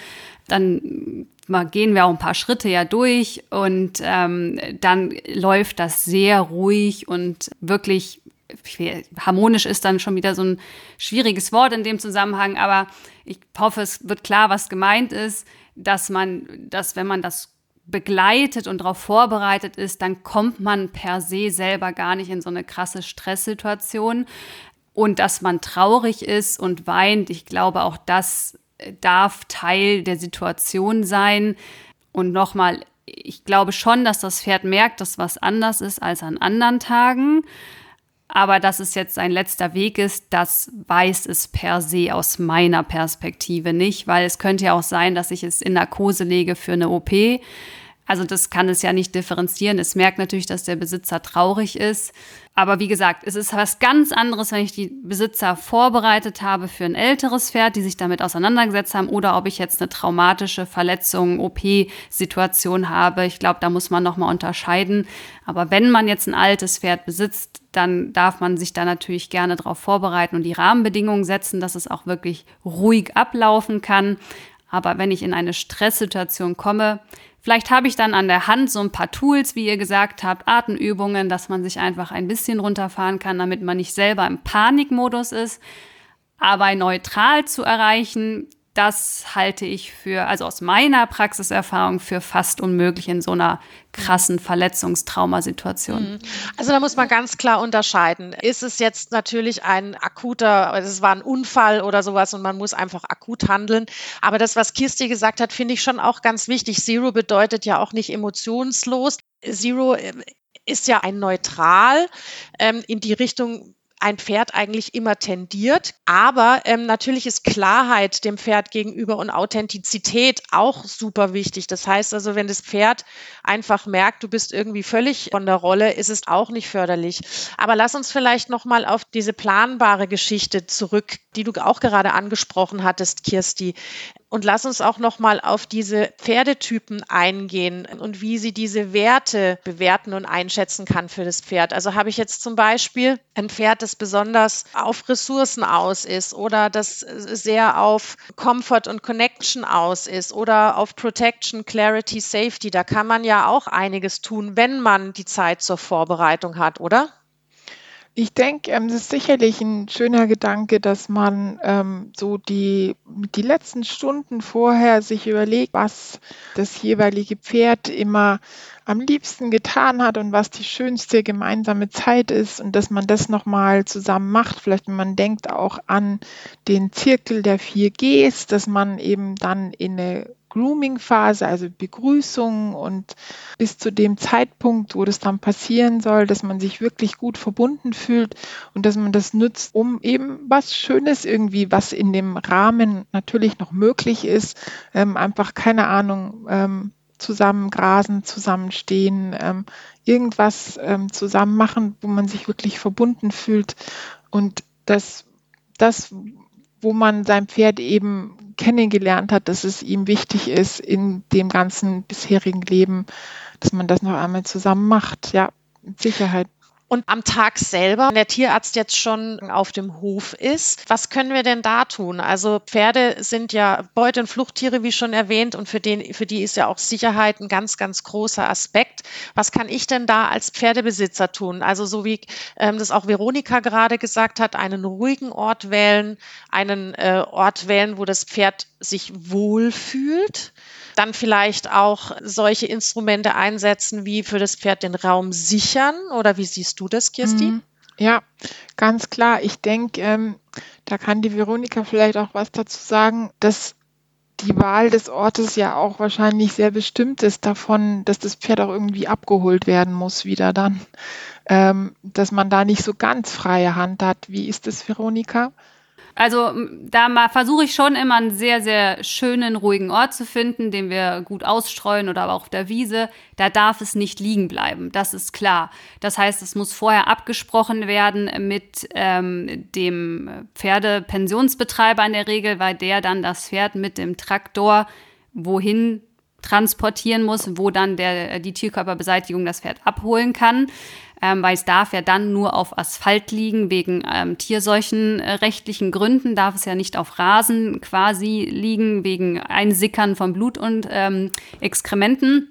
Dann mal gehen wir auch ein paar Schritte ja durch und ähm, dann läuft das sehr ruhig und wirklich harmonisch ist dann schon wieder so ein schwieriges Wort in dem Zusammenhang, aber ich hoffe, es wird klar, was gemeint ist, dass man, dass wenn man das begleitet und darauf vorbereitet ist, dann kommt man per se selber gar nicht in so eine krasse Stresssituation. Und dass man traurig ist und weint, ich glaube, auch das darf Teil der Situation sein. Und nochmal, ich glaube schon, dass das Pferd merkt, dass was anders ist als an anderen Tagen. Aber dass es jetzt sein letzter Weg ist, das weiß es per se aus meiner Perspektive nicht. Weil es könnte ja auch sein, dass ich es in Narkose lege für eine O P. Also das kann es ja nicht differenzieren. Es merkt natürlich, dass der Besitzer traurig ist. Aber wie gesagt, es ist was ganz anderes, wenn ich die Besitzer vorbereitet habe für ein älteres Pferd, die sich damit auseinandergesetzt haben, oder ob ich jetzt eine traumatische Verletzung, O P-Situation habe. Ich glaube, da muss man nochmal unterscheiden. Aber wenn man jetzt ein altes Pferd besitzt, dann darf man sich da natürlich gerne darauf vorbereiten und die Rahmenbedingungen setzen, dass es auch wirklich ruhig ablaufen kann. Aber wenn ich in eine Stresssituation komme, vielleicht habe ich dann an der Hand so ein paar Tools, wie ihr gesagt habt, Atemübungen, dass man sich einfach ein bisschen runterfahren kann, damit man nicht selber im Panikmodus ist. Aber neutral zu erreichen, das halte ich für, also aus meiner Praxiserfahrung, für fast unmöglich in so einer krassen Verletzungstraumasituation. Also da muss man ganz klar unterscheiden. Ist es jetzt natürlich ein akuter, es war ein Unfall oder sowas und man muss einfach akut handeln. Aber das, was Kirsti gesagt hat, finde ich schon auch ganz wichtig. Zero bedeutet ja auch nicht emotionslos. Zero ist ja ein Neutral ähm, in die Richtung, ein Pferd eigentlich immer tendiert. Aber ähm, natürlich ist Klarheit dem Pferd gegenüber und Authentizität auch super wichtig. Das heißt also, wenn das Pferd einfach merkt, du bist irgendwie völlig von der Rolle, ist es auch nicht förderlich. Aber lass uns vielleicht nochmal auf diese planbare Geschichte zurück, die du auch gerade angesprochen hattest, Kirsti. Und lass uns auch nochmal auf diese Pferdetypen eingehen und wie sie diese Werte bewerten und einschätzen kann für das Pferd. Also habe ich jetzt zum Beispiel ein Pferd, das besonders auf Ressourcen aus ist oder das sehr auf Comfort und Connection aus ist oder auf Protection, Clarity, Safety. Da kann man ja auch einiges tun, wenn man die Zeit zur Vorbereitung hat, oder? Ich denke, ähm, das ist sicherlich ein schöner Gedanke, dass man ähm, so die, die letzten Stunden vorher sich überlegt, was das jeweilige Pferd immer am liebsten getan hat und was die schönste gemeinsame Zeit ist und dass man das nochmal zusammen macht. Vielleicht, wenn man denkt auch an den Zirkel der vier Gs, dass man eben dann in eine Grooming-Phase, also Begrüßung und bis zu dem Zeitpunkt, wo das dann passieren soll, dass man sich wirklich gut verbunden fühlt und dass man das nutzt, um eben was Schönes irgendwie, was in dem Rahmen natürlich noch möglich ist, ähm, einfach, keine Ahnung, ähm, zusammen grasen, zusammenstehen, ähm, irgendwas ähm, zusammen machen, wo man sich wirklich verbunden fühlt und das, das wo man sein Pferd eben kennengelernt hat, dass es ihm wichtig ist in dem ganzen bisherigen Leben, dass man das noch einmal zusammen macht. Ja, mit Sicherheit. Und am Tag selber, wenn der Tierarzt jetzt schon auf dem Hof ist, was können wir denn da tun? Also Pferde sind ja Beute- und Fluchttiere, wie schon erwähnt, und für, den, für die ist ja auch Sicherheit ein ganz, ganz großer Aspekt. Was kann ich denn da als Pferdebesitzer tun? Also so wie ähm, das auch Veronika gerade gesagt hat, einen ruhigen Ort wählen, einen äh, Ort wählen, wo das Pferd sich wohlfühlt. Dann vielleicht auch solche Instrumente einsetzen, wie für das Pferd den Raum sichern. Oder wie siehst du das, Kirsti? Ja, ganz klar. Ich denke, ähm, da kann die Veronika vielleicht auch was dazu sagen, dass die Wahl des Ortes ja auch wahrscheinlich sehr bestimmt ist davon, dass das Pferd auch irgendwie abgeholt werden muss wieder dann. Ähm, dass man da nicht so ganz freie Hand hat. Wie ist das, Veronika? Also da mal versuche ich schon immer einen sehr, sehr schönen, ruhigen Ort zu finden, den wir gut ausstreuen oder aber auch auf der Wiese. Da darf es nicht liegen bleiben, das ist klar. Das heißt, es muss vorher abgesprochen werden mit ähm, dem Pferdepensionsbetreiber in der Regel, weil der dann das Pferd mit dem Traktor wohin transportieren muss, wo dann der, die Tierkörperbeseitigung das Pferd abholen kann. Ähm, weil es darf ja dann nur auf Asphalt liegen, wegen ähm, tierseuchenrechtlichen äh, Gründen darf es ja nicht auf Rasen quasi liegen, wegen Einsickern von Blut und ähm, Exkrementen.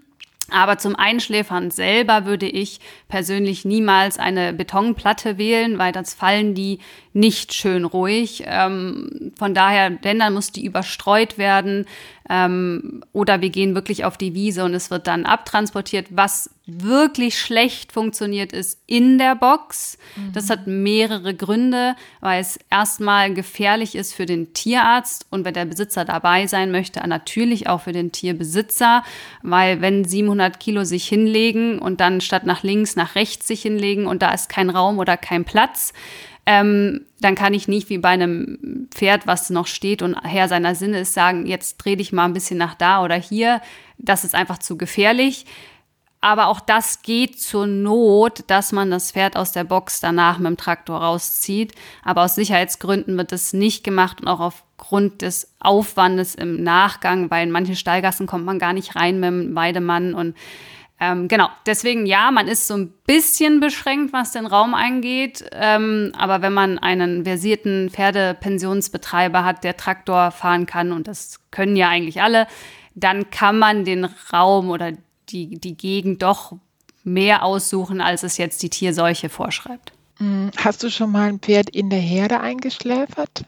Aber zum Einschläfern selber würde ich persönlich niemals eine Betonplatte wählen, weil das fallen die nicht schön ruhig. Ähm, von daher, denn dann muss die überstreut werden. Ähm, oder wir gehen wirklich auf die Wiese und es wird dann abtransportiert. Was wirklich schlecht funktioniert, ist in der Box. Mhm. Das hat mehrere Gründe, weil es erstmal gefährlich ist für den Tierarzt und wenn der Besitzer dabei sein möchte, natürlich auch für den Tierbesitzer, weil wenn siebenhundert Kilo sich hinlegen und dann statt nach links nach rechts sich hinlegen und da ist kein Raum oder kein Platz, Ähm, dann kann ich nicht wie bei einem Pferd, was noch steht und Herr seiner Sinne ist, sagen, jetzt dreh dich mal ein bisschen nach da oder hier. Das ist einfach zu gefährlich. Aber auch das geht zur Not, dass man das Pferd aus der Box danach mit dem Traktor rauszieht. Aber aus Sicherheitsgründen wird das nicht gemacht und auch aufgrund des Aufwandes im Nachgang, weil in manche Stallgassen kommt man gar nicht rein mit dem Weidemann und Ähm, genau, deswegen ja, man ist so ein bisschen beschränkt, was den Raum angeht. Ähm, aber wenn man einen versierten Pferdepensionsbetreiber hat, der Traktor fahren kann, und das können ja eigentlich alle, dann kann man den Raum oder die, die Gegend doch mehr aussuchen, als es jetzt die Tierseuche vorschreibt. Hast du schon mal ein Pferd in der Herde eingeschläfert?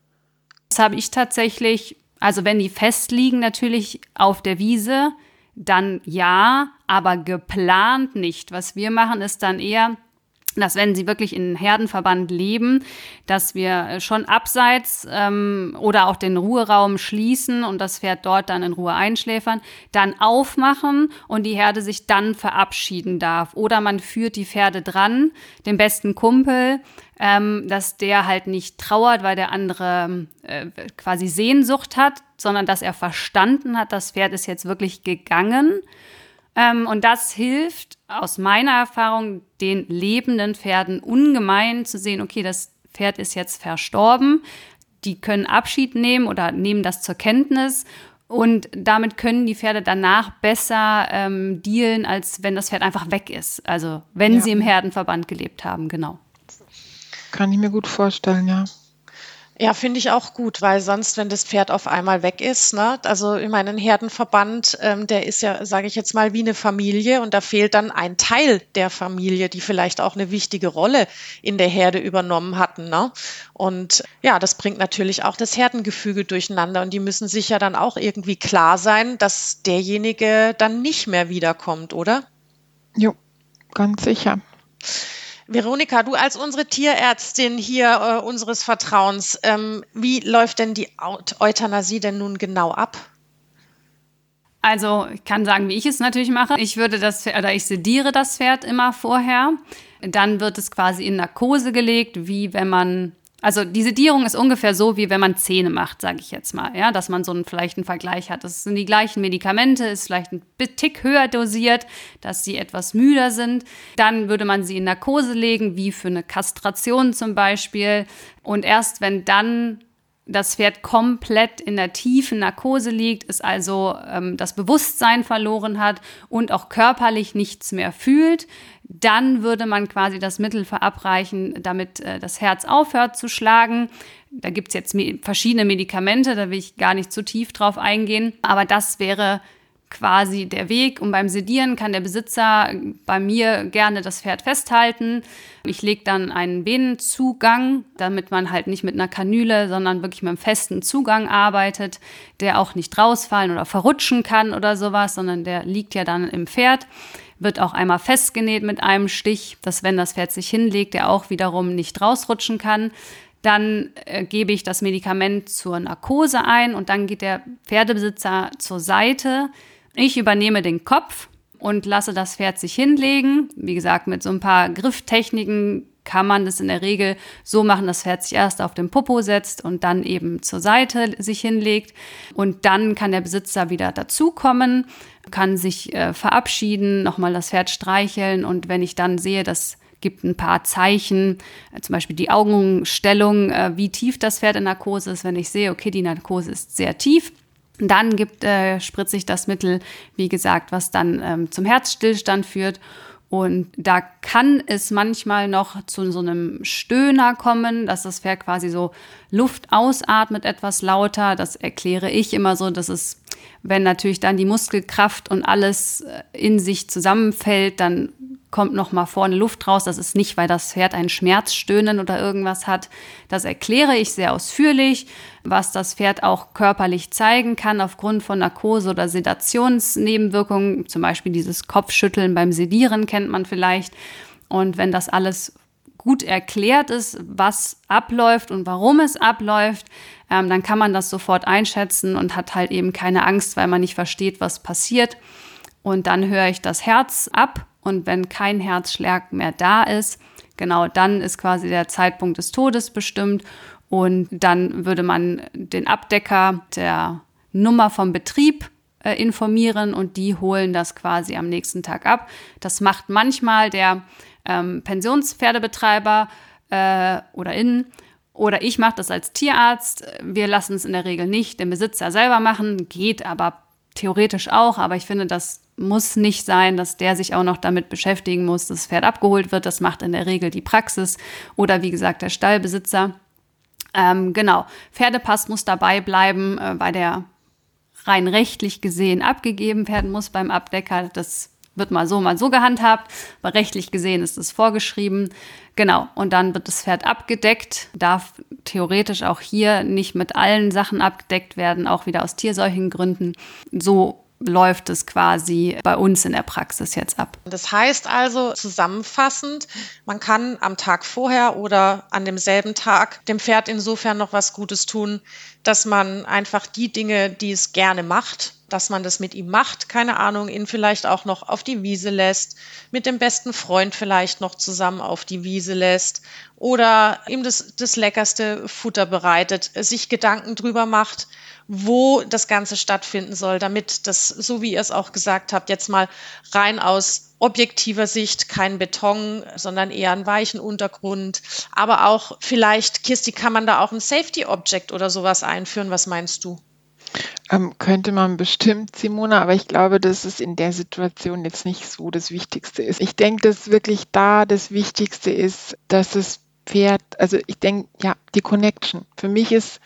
Das habe ich tatsächlich, also wenn die festliegen natürlich auf der Wiese, dann ja, aber geplant nicht. Was wir machen, ist dann eher, dass wenn sie wirklich in Herdenverband leben, dass wir schon abseits ähm, oder auch den Ruheraum schließen und das Pferd dort dann in Ruhe einschläfern, dann aufmachen und die Herde sich dann verabschieden darf. Oder man führt die Pferde dran, den besten Kumpel, ähm, dass der halt nicht trauert, weil der andere äh, quasi Sehnsucht hat, sondern dass er verstanden hat, das Pferd ist jetzt wirklich gegangen. Ähm, und das hilft aus meiner Erfahrung den lebenden Pferden ungemein zu sehen, okay, das Pferd ist jetzt verstorben. Die können Abschied nehmen oder nehmen das zur Kenntnis. Und damit können die Pferde danach besser ähm, dealen, als wenn das Pferd einfach weg ist. Also wenn ja. sie im Herdenverband gelebt haben, genau. Kann ich mir gut vorstellen, ja. Ja, finde ich auch gut, weil sonst, wenn das Pferd auf einmal weg ist, ne, also ich meine, ein Herdenverband, ähm, der ist ja, sage ich jetzt mal, wie eine Familie und da fehlt dann ein Teil der Familie, die vielleicht auch eine wichtige Rolle in der Herde übernommen hatten, ne? Und ja, das bringt natürlich auch das Herdengefüge durcheinander und die müssen sich ja dann auch irgendwie klar sein, dass derjenige dann nicht mehr wiederkommt, oder? Jo, ganz sicher. Veronika, du als unsere Tierärztin hier äh, unseres Vertrauens, ähm, wie läuft denn die Eut- Euthanasie denn nun genau ab? Also ich kann sagen, wie ich es natürlich mache. Ich würde das Pferd, oder ich sediere das Pferd immer vorher. Dann wird es quasi in Narkose gelegt, wie wenn man, also die Sedierung ist ungefähr so, wie wenn man Zähne macht, sage ich jetzt mal, ja, dass man so einen, vielleicht einen Vergleich hat. Das sind die gleichen Medikamente, ist vielleicht ein Tick höher dosiert, dass sie etwas müder sind. Dann würde man sie in Narkose legen, wie für eine Kastration zum Beispiel. Und erst wenn dann das Pferd komplett in der tiefen Narkose liegt, es also ähm, das Bewusstsein verloren hat und auch körperlich nichts mehr fühlt, dann würde man quasi das Mittel verabreichen, damit äh, das Herz aufhört zu schlagen. Da gibt es jetzt me- verschiedene Medikamente, da will ich gar nicht zu tief drauf eingehen, aber das wäre quasi der Weg. Und beim Sedieren kann der Besitzer bei mir gerne das Pferd festhalten. Ich lege dann einen Venenzugang, damit man halt nicht mit einer Kanüle, sondern wirklich mit einem festen Zugang arbeitet, der auch nicht rausfallen oder verrutschen kann oder sowas, sondern der liegt ja dann im Pferd. Wird auch einmal festgenäht mit einem Stich, dass wenn das Pferd sich hinlegt, der auch wiederum nicht rausrutschen kann. Dann äh, gebe ich das Medikament zur Narkose ein und dann geht der Pferdebesitzer zur Seite. Ich übernehme den Kopf und lasse das Pferd sich hinlegen. Wie gesagt, mit so ein paar Grifftechniken kann man das in der Regel so machen, dass das Pferd sich erst auf den Popo setzt und dann eben zur Seite sich hinlegt. Und dann kann der Besitzer wieder dazukommen, kann sich äh, verabschieden, nochmal das Pferd streicheln. Und wenn ich dann sehe, das gibt ein paar Zeichen, äh, zum Beispiel die Augenstellung, äh, wie tief das Pferd in Narkose ist. Wenn ich sehe, okay, die Narkose ist sehr tief, dann gibt, äh, spritze ich das Mittel, wie gesagt, was dann ähm, zum Herzstillstand führt. Und da kann es manchmal noch zu so einem Stöhner kommen, dass das Pferd quasi so Luft ausatmet, etwas lauter. Das erkläre ich immer so, dass es Wenn natürlich dann die Muskelkraft und alles in sich zusammenfällt, dann kommt noch mal vorne Luft raus. Das ist nicht, weil das Pferd ein Schmerzstöhnen oder irgendwas hat. Das erkläre ich sehr ausführlich, was das Pferd auch körperlich zeigen kann aufgrund von Narkose oder Sedationsnebenwirkungen. Zum Beispiel dieses Kopfschütteln beim Sedieren kennt man vielleicht. Und wenn das alles gut erklärt ist, was abläuft und warum es abläuft, ähm, dann kann man das sofort einschätzen und hat halt eben keine Angst, weil man nicht versteht, was passiert. Und dann höre ich das Herz ab. Und wenn kein Herzschlag mehr da ist, genau dann ist quasi der Zeitpunkt des Todes bestimmt. Und dann würde man den Abdecker der Nummer vom Betrieb äh, informieren und die holen das quasi am nächsten Tag ab. Das macht manchmal der ähm, Pensionspferdebetreiber äh, oder Innen. Oder ich mache das als Tierarzt. Wir lassen es in der Regel nicht den Besitzer selber machen, geht aber theoretisch auch. Aber ich finde, das muss nicht sein, dass der sich auch noch damit beschäftigen muss, dass das Pferd abgeholt wird. Das macht in der Regel die Praxis oder wie gesagt der Stallbesitzer. Ähm, genau, Pferdepass muss dabei bleiben, äh, weil der rein rechtlich gesehen abgegeben werden muss beim Abdecker. Das wird mal so, mal so gehandhabt, aber rechtlich gesehen ist es vorgeschrieben. Genau, und dann wird das Pferd abgedeckt, darf theoretisch auch hier nicht mit allen Sachen abgedeckt werden, auch wieder aus tierseuchigen Gründen. So läuft es quasi bei uns in der Praxis jetzt ab. Das heißt also zusammenfassend, man kann am Tag vorher oder an demselben Tag dem Pferd insofern noch was Gutes tun, dass man einfach die Dinge, die es gerne macht, dass man das mit ihm macht, keine Ahnung, ihn vielleicht auch noch auf die Wiese lässt, mit dem besten Freund vielleicht noch zusammen auf die Wiese lässt oder ihm das, das leckerste Futter bereitet, sich Gedanken drüber macht, wo das Ganze stattfinden soll, damit das, so wie ihr es auch gesagt habt, jetzt mal rein aus objektiver Sicht kein Beton, sondern eher einen weichen Untergrund. Aber auch vielleicht, Kirsti, kann man da auch ein Safety Object oder sowas einführen? Was meinst du? Ähm, könnte man bestimmt, Simona, aber ich glaube, dass es in der Situation jetzt nicht so das Wichtigste ist. Ich denke, dass wirklich da das Wichtigste ist, dass das Pferd, also ich denke, ja, die Connection. Für mich ist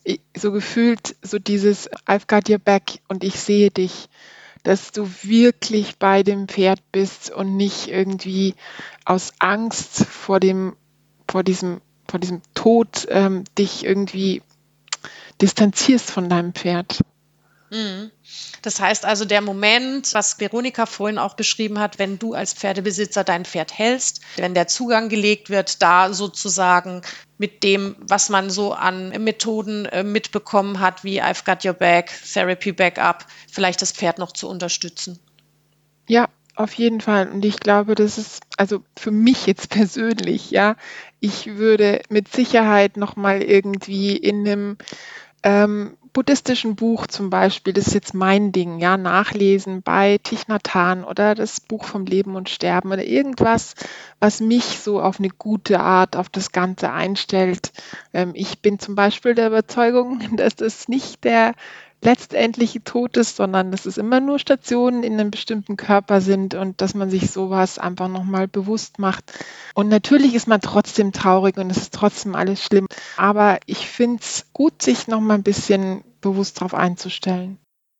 so gefühlt so dieses I've got your back und ich sehe dich, dass du wirklich bei dem Pferd bist und nicht irgendwie aus Angst vor dem, vor diesem, vor diesem Tod ähm, dich irgendwie distanzierst von deinem Pferd. Das heißt also, der Moment, was Veronika vorhin auch beschrieben hat, wenn du als Pferdebesitzer dein Pferd hältst, wenn der Zugang gelegt wird, da sozusagen mit dem, was man so an Methoden äh, mitbekommen hat, wie I've got your back, Therapy Backup, vielleicht das Pferd noch zu unterstützen. Ja, auf jeden Fall. Und ich glaube, das ist, also für mich jetzt persönlich, ja, ich würde mit Sicherheit nochmal irgendwie in einem ähm, buddhistischen Buch zum Beispiel, das ist jetzt mein Ding, ja, nachlesen bei Thich Nhat Hanh oder das Buch vom Leben und Sterben oder irgendwas, was mich so auf eine gute Art auf das Ganze einstellt. Ähm, ich bin zum Beispiel der Überzeugung, dass das nicht der letztendliche Tod ist, sondern dass es immer nur Stationen in einem bestimmten Körper sind und dass man sich sowas einfach nochmal bewusst macht. Und natürlich ist man trotzdem traurig und es ist trotzdem alles schlimm. Aber ich finde es gut, sich nochmal ein bisschen bewusst darauf einzustellen.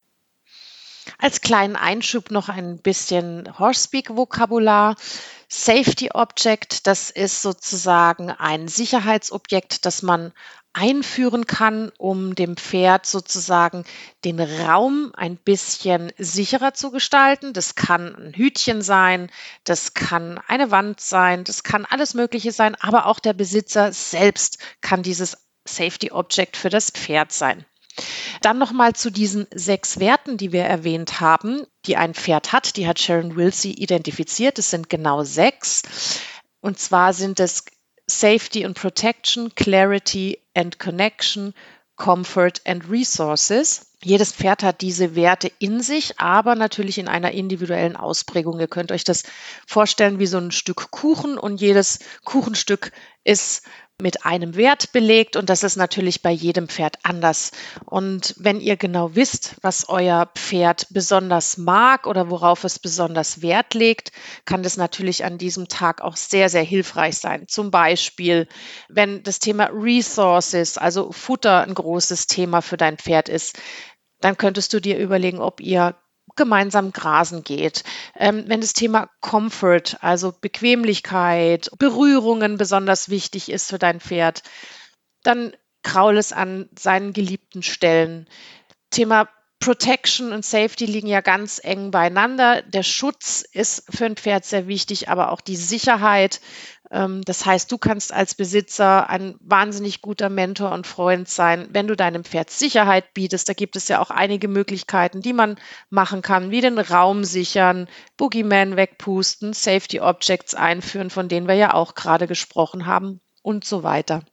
Als kleinen Einschub noch ein bisschen Horsepeak-Vokabular. Safety Object, das ist sozusagen ein Sicherheitsobjekt, das man einführen kann, um dem Pferd sozusagen den Raum ein bisschen sicherer zu gestalten. Das kann ein Hütchen sein, das kann eine Wand sein, das kann alles Mögliche sein, aber auch der Besitzer selbst kann dieses Safety Object für das Pferd sein. Dann nochmal zu diesen sechs Werten, die wir erwähnt haben, die ein Pferd hat. Die hat Sharon Wilsey identifiziert. Es sind genau sechs. Und zwar sind es Safety and Protection, Clarity and Connection, Comfort and Resources. Jedes Pferd hat diese Werte in sich, aber natürlich in einer individuellen Ausprägung. Ihr könnt euch das vorstellen wie so ein Stück Kuchen und jedes Kuchenstück ist mit einem Wert belegt und das ist natürlich bei jedem Pferd anders. Und wenn ihr genau wisst, was euer Pferd besonders mag oder worauf es besonders Wert legt, kann das natürlich an diesem Tag auch sehr, sehr hilfreich sein. Zum Beispiel, wenn das Thema Resources, also Futter, ein großes Thema für dein Pferd ist, dann könntest du dir überlegen, ob ihr gemeinsam grasen geht. Ähm, wenn das Thema Comfort, also Bequemlichkeit, Berührungen besonders wichtig ist für dein Pferd, dann kraul es an seinen geliebten Stellen. Thema Protection und Safety liegen ja ganz eng beieinander. Der Schutz ist für ein Pferd sehr wichtig, aber auch die Sicherheit. Ähm, Das heißt, du kannst als Besitzer ein wahnsinnig guter Mentor und Freund sein, wenn du deinem Pferd Sicherheit bietest. Da gibt es ja auch einige Möglichkeiten, die man machen kann, wie den Raum sichern, Boogeyman wegpusten, Safety Objects einführen, von denen wir ja auch gerade gesprochen haben und so weiter.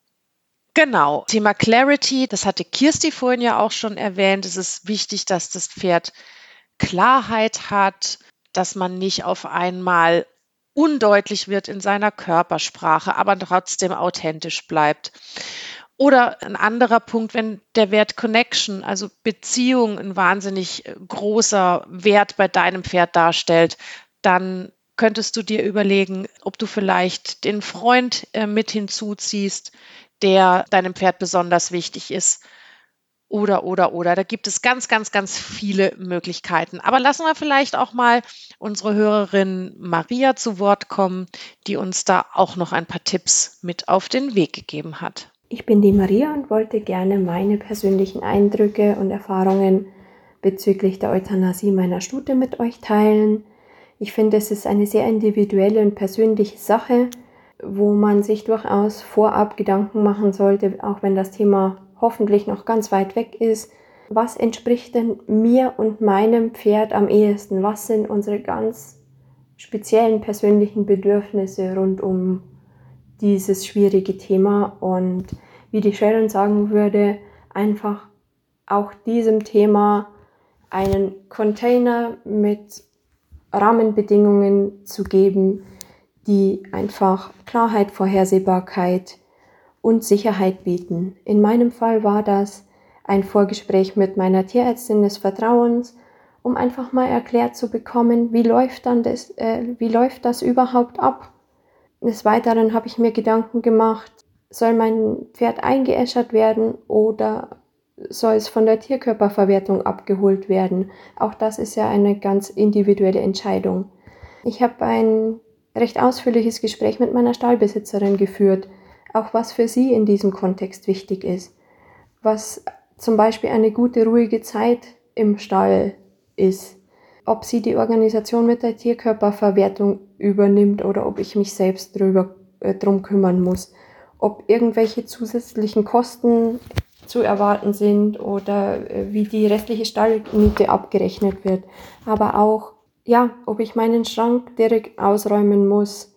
Genau, Thema Clarity, das hatte Kirsti vorhin ja auch schon erwähnt. Es ist wichtig, dass das Pferd Klarheit hat, dass man nicht auf einmal undeutlich wird in seiner Körpersprache, aber trotzdem authentisch bleibt. Oder ein anderer Punkt, wenn der Wert Connection, also Beziehung, ein wahnsinnig äh, großer Wert bei deinem Pferd darstellt, dann könntest du dir überlegen, ob du vielleicht den Freund äh, mit hinzuziehst, der deinem Pferd besonders wichtig ist. Oder, oder, oder. Da gibt es ganz, ganz, ganz viele Möglichkeiten. Aber lassen wir vielleicht auch mal unsere Hörerin Maria zu Wort kommen, die uns da auch noch ein paar Tipps mit auf den Weg gegeben hat. Ich bin die Maria und wollte gerne meine persönlichen Eindrücke und Erfahrungen bezüglich der Euthanasie meiner Stute mit euch teilen. Ich finde, es ist eine sehr individuelle und persönliche Sache, wo man sich durchaus vorab Gedanken machen sollte, auch wenn das Thema hoffentlich noch ganz weit weg ist. Was entspricht denn mir und meinem Pferd am ehesten? Was sind unsere ganz speziellen persönlichen Bedürfnisse rund um dieses schwierige Thema? Und wie die Sharon sagen würde, einfach auch diesem Thema einen Container mit Rahmenbedingungen zu geben, die einfach Klarheit, Vorhersehbarkeit und Sicherheit bieten. In meinem Fall war das ein Vorgespräch mit meiner Tierärztin des Vertrauens, um einfach mal erklärt zu bekommen, wie läuft dann das, äh, wie läuft das überhaupt ab. Des Weiteren habe ich mir Gedanken gemacht, soll mein Pferd eingeäschert werden oder soll es von der Tierkörperverwertung abgeholt werden? Auch das ist ja eine ganz individuelle Entscheidung. Ich habe ein recht ausführliches Gespräch mit meiner Stallbesitzerin geführt, auch was für sie in diesem Kontext wichtig ist, was zum Beispiel eine gute, ruhige Zeit im Stall ist, ob sie die Organisation mit der Tierkörperverwertung übernimmt oder ob ich mich selbst drüber, äh, drum kümmern muss, ob irgendwelche zusätzlichen Kosten zu erwarten sind oder äh, wie die restliche Stallmiete abgerechnet wird, aber auch, ja, ob ich meinen Schrank direkt ausräumen muss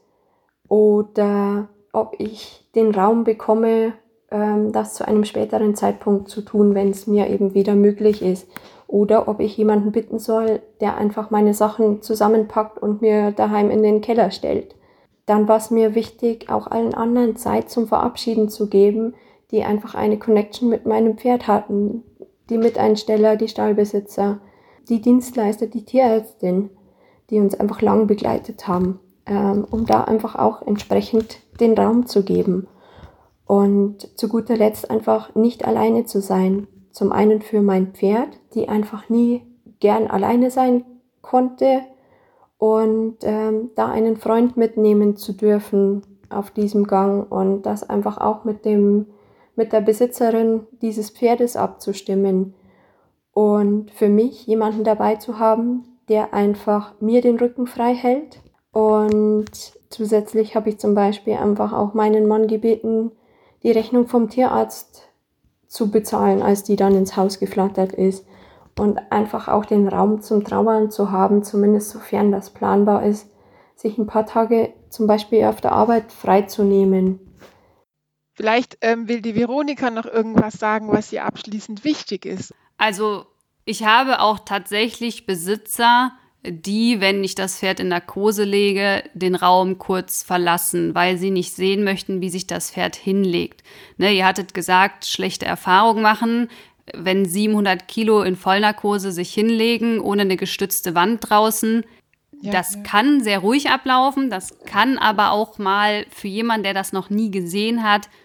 oder ob ich den Raum bekomme, ähm, das zu einem späteren Zeitpunkt zu tun, wenn es mir eben wieder möglich ist. Oder ob ich jemanden bitten soll, der einfach meine Sachen zusammenpackt und mir daheim in den Keller stellt. Dann war es mir wichtig, auch allen anderen Zeit zum Verabschieden zu geben, die einfach eine Connection mit meinem Pferd hatten. Die Miteinsteller, die Stallbesitzer, die Dienstleister, die Tierärztin, die uns einfach lang begleitet haben, ähm, um da einfach auch entsprechend den Raum zu geben. Und zu guter Letzt einfach nicht alleine zu sein. Zum einen für mein Pferd, die einfach nie gern alleine sein konnte und ähm, da einen Freund mitnehmen zu dürfen auf diesem Gang und das einfach auch mit dem mit der Besitzerin dieses Pferdes abzustimmen und für mich jemanden dabei zu haben, der einfach mir den Rücken frei hält. Und zusätzlich habe ich zum Beispiel einfach auch meinen Mann gebeten, die Rechnung vom Tierarzt zu bezahlen, als die dann ins Haus geflattert ist. Und einfach auch den Raum zum Trauern zu haben, zumindest sofern das planbar ist, sich ein paar Tage zum Beispiel auf der Arbeit freizunehmen. Vielleicht ähm, will die Veronika noch irgendwas sagen, was ihr abschließend wichtig ist. Also ich habe auch tatsächlich Besitzer, die, wenn ich das Pferd in Narkose lege, den Raum kurz verlassen, weil sie nicht sehen möchten, wie sich das Pferd hinlegt. Ne, ihr hattet gesagt, schlechte Erfahrungen machen, wenn siebenhundert Kilo in Vollnarkose sich hinlegen, ohne eine gestützte Wand draußen. Ja, das ja. kann sehr ruhig ablaufen, das kann aber auch mal für jemanden, der das noch nie gesehen hat,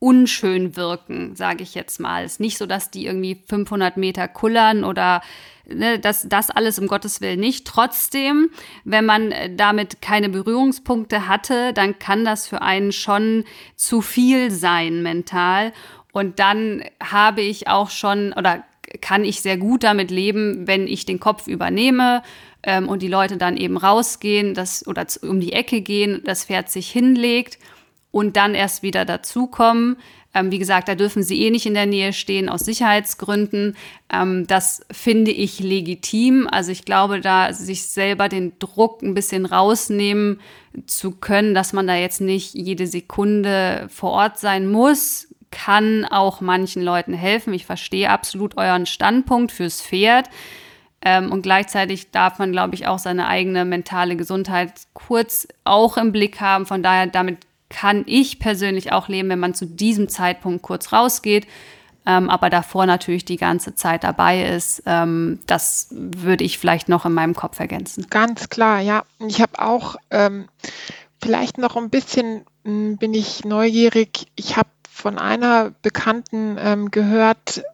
unschön wirken, sage ich jetzt mal. Es ist nicht so, dass die irgendwie fünfhundert Meter kullern oder ne, das, das alles um Gottes Willen nicht. Trotzdem, wenn man damit keine Berührungspunkte hatte, dann kann das für einen schon zu viel sein mental. Und dann habe ich auch schon oder kann ich sehr gut damit leben, wenn ich den Kopf übernehme ähm, und die Leute dann eben rausgehen das, oder um die Ecke gehen, das Pferd sich hinlegt und dann erst wieder dazukommen. Ähm, wie gesagt, da dürfen sie eh nicht in der Nähe stehen aus Sicherheitsgründen. Ähm, das finde ich legitim. Also ich glaube, da sich selber den Druck ein bisschen rausnehmen zu können, dass man da jetzt nicht jede Sekunde vor Ort sein muss, kann auch manchen Leuten helfen. Ich verstehe absolut euren Standpunkt fürs Pferd. Ähm, und gleichzeitig darf man, glaube ich, auch seine eigene mentale Gesundheit kurz auch im Blick haben. Von daher, damit kann ich persönlich auch leben, wenn man zu diesem Zeitpunkt kurz rausgeht, ähm, aber davor natürlich die ganze Zeit dabei ist. Ähm, das würde ich vielleicht noch in meinem Kopf ergänzen. Ganz klar, ja. Ich habe auch ähm, vielleicht noch ein bisschen, m, bin ich neugierig. Ich habe von einer Bekannten ähm, gehört,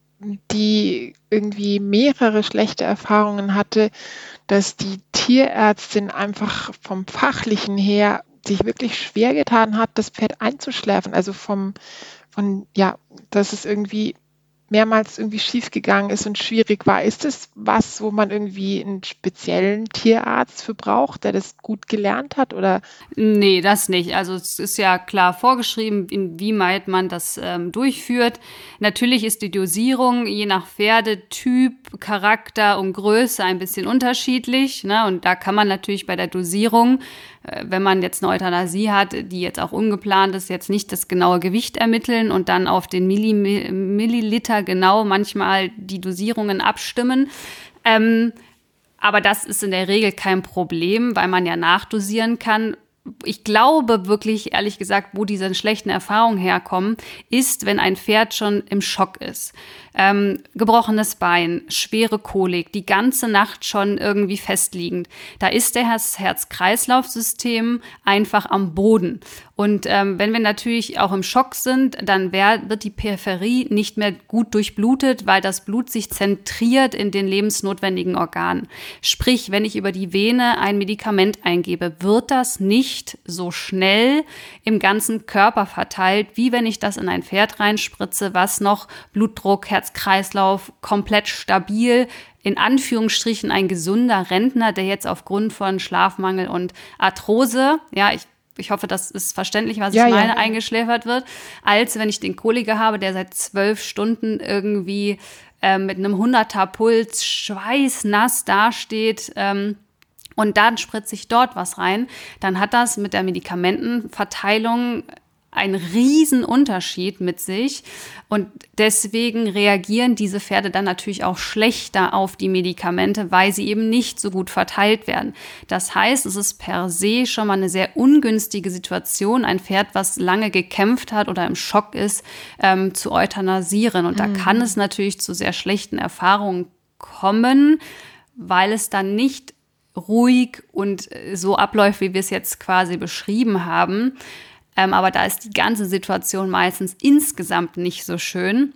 die irgendwie mehrere schlechte Erfahrungen hatte, dass die Tierärztin einfach vom Fachlichen her sich wirklich schwer getan hat, das Pferd einzuschläfern. Also vom, von, ja, dass es irgendwie mehrmals irgendwie schief gegangen ist und schwierig war. Ist das was, wo man irgendwie einen speziellen Tierarzt für braucht, der das gut gelernt hat, oder? Nee, das nicht. Also es ist ja klar vorgeschrieben, inwieweit man das ähm, durchführt. Natürlich ist die Dosierung je nach Pferdetyp, Charakter und Größe ein bisschen unterschiedlich, ne? Und da kann man natürlich bei der Dosierung, äh, wenn man jetzt eine Euthanasie hat, die jetzt auch ungeplant ist, jetzt nicht das genaue Gewicht ermitteln und dann auf den Milli- Milliliter genau manchmal die Dosierungen abstimmen. Ähm, aber das ist in der Regel kein Problem, weil man ja nachdosieren kann. Ich glaube wirklich, ehrlich gesagt, wo diese schlechten Erfahrungen herkommen, ist, wenn ein Pferd schon im Schock ist. Ähm, gebrochenes Bein, schwere Kolik, die ganze Nacht schon irgendwie festliegend. Da ist der Herz-Kreislauf-System einfach am Boden. Und ähm, wenn wir natürlich auch im Schock sind, dann wär, wird die Peripherie nicht mehr gut durchblutet, weil das Blut sich zentriert in den lebensnotwendigen Organen. Sprich, wenn ich über die Vene ein Medikament eingebe, wird das nicht so schnell im ganzen Körper verteilt, wie wenn ich das in ein Pferd reinspritze, was noch Blutdruck, Herz-Kreislauf komplett stabil, in Anführungsstrichen ein gesunder Rentner, der jetzt aufgrund von Schlafmangel und Arthrose, ja, ich Ich hoffe, das ist verständlich, was Ja, ich ja. meine, eingeschläfert wird, als wenn ich den Koliker habe, der seit zwölf Stunden irgendwie äh, mit einem hunderter Puls schweißnass dasteht ähm, und dann spritze ich dort was rein, dann hat das mit der Medikamentenverteilung einen riesen Unterschied mit sich und deswegen reagieren diese Pferde dann natürlich auch schlechter auf die Medikamente, weil sie eben nicht so gut verteilt werden. Das heißt, es ist per se schon mal eine sehr ungünstige Situation, ein Pferd, was lange gekämpft hat oder im Schock ist, ähm, zu euthanasieren. Und da mhm. kann es natürlich zu sehr schlechten Erfahrungen kommen, weil es dann nicht ruhig und so abläuft, wie wir es jetzt quasi beschrieben haben. Ähm, aber da ist die ganze Situation meistens insgesamt nicht so schön.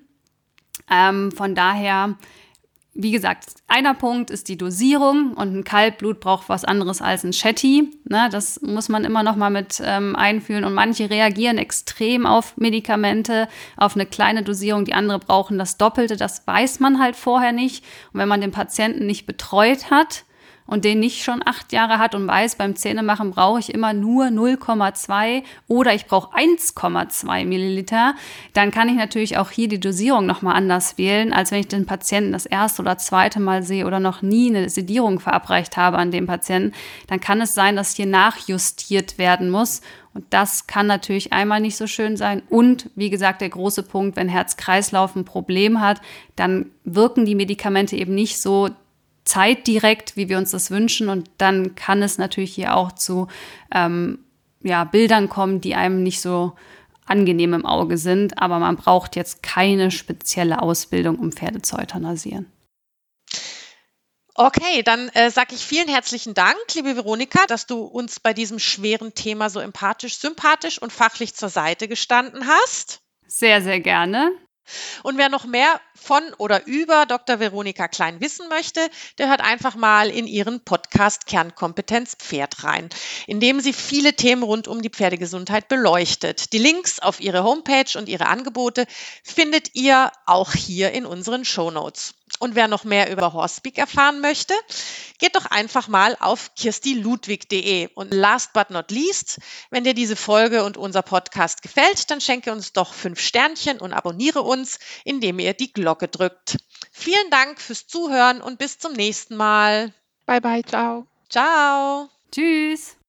Ähm, von daher, wie gesagt, einer Punkt ist die Dosierung und ein Kaltblut braucht was anderes als ein Shetty. Ne, das muss man immer noch mal mit ähm, einfühlen. Und manche reagieren extrem auf Medikamente, auf eine kleine Dosierung. Die anderen brauchen das Doppelte. Das weiß man halt vorher nicht. Und wenn man den Patienten nicht betreut hat, und den nicht schon acht Jahre hat und weiß, beim Zähnemachen brauche ich immer nur null Komma zwei oder ich brauche eins Komma zwei Milliliter, dann kann ich natürlich auch hier die Dosierung nochmal anders wählen, als wenn ich den Patienten das erste oder zweite Mal sehe oder noch nie eine Sedierung verabreicht habe an dem Patienten. Dann kann es sein, dass hier nachjustiert werden muss. Und das kann natürlich einmal nicht so schön sein. Und wie gesagt, der große Punkt, wenn Herz-Kreislauf ein Problem hat, dann wirken die Medikamente eben nicht so zeitdirekt, wie wir uns das wünschen. Und dann kann es natürlich hier auch zu ähm, ja, Bildern kommen, die einem nicht so angenehm im Auge sind. Aber man braucht jetzt keine spezielle Ausbildung, um Pferde zu euthanasieren. Okay, dann äh, sage ich vielen herzlichen Dank, liebe Veronika, dass du uns bei diesem schweren Thema so empathisch, sympathisch und fachlich zur Seite gestanden hast. Sehr, sehr gerne. Und wer noch mehr von oder über Doktor Veronika Klein wissen möchte, der hört einfach mal in ihren Podcast Kernkompetenz Pferd rein, in dem sie viele Themen rund um die Pferdegesundheit beleuchtet. Die Links auf ihre Homepage und ihre Angebote findet ihr auch hier in unseren Shownotes. Und wer noch mehr über Horsepeak erfahren möchte, geht doch einfach mal auf kirstiludwig punkt de. Und last but not least, wenn dir diese Folge und unser Podcast gefällt, dann schenke uns doch fünf Sternchen und abonniere uns, indem ihr die Glocke drückt. Vielen Dank fürs Zuhören und bis zum nächsten Mal. Bye bye, ciao. Ciao. Tschüss.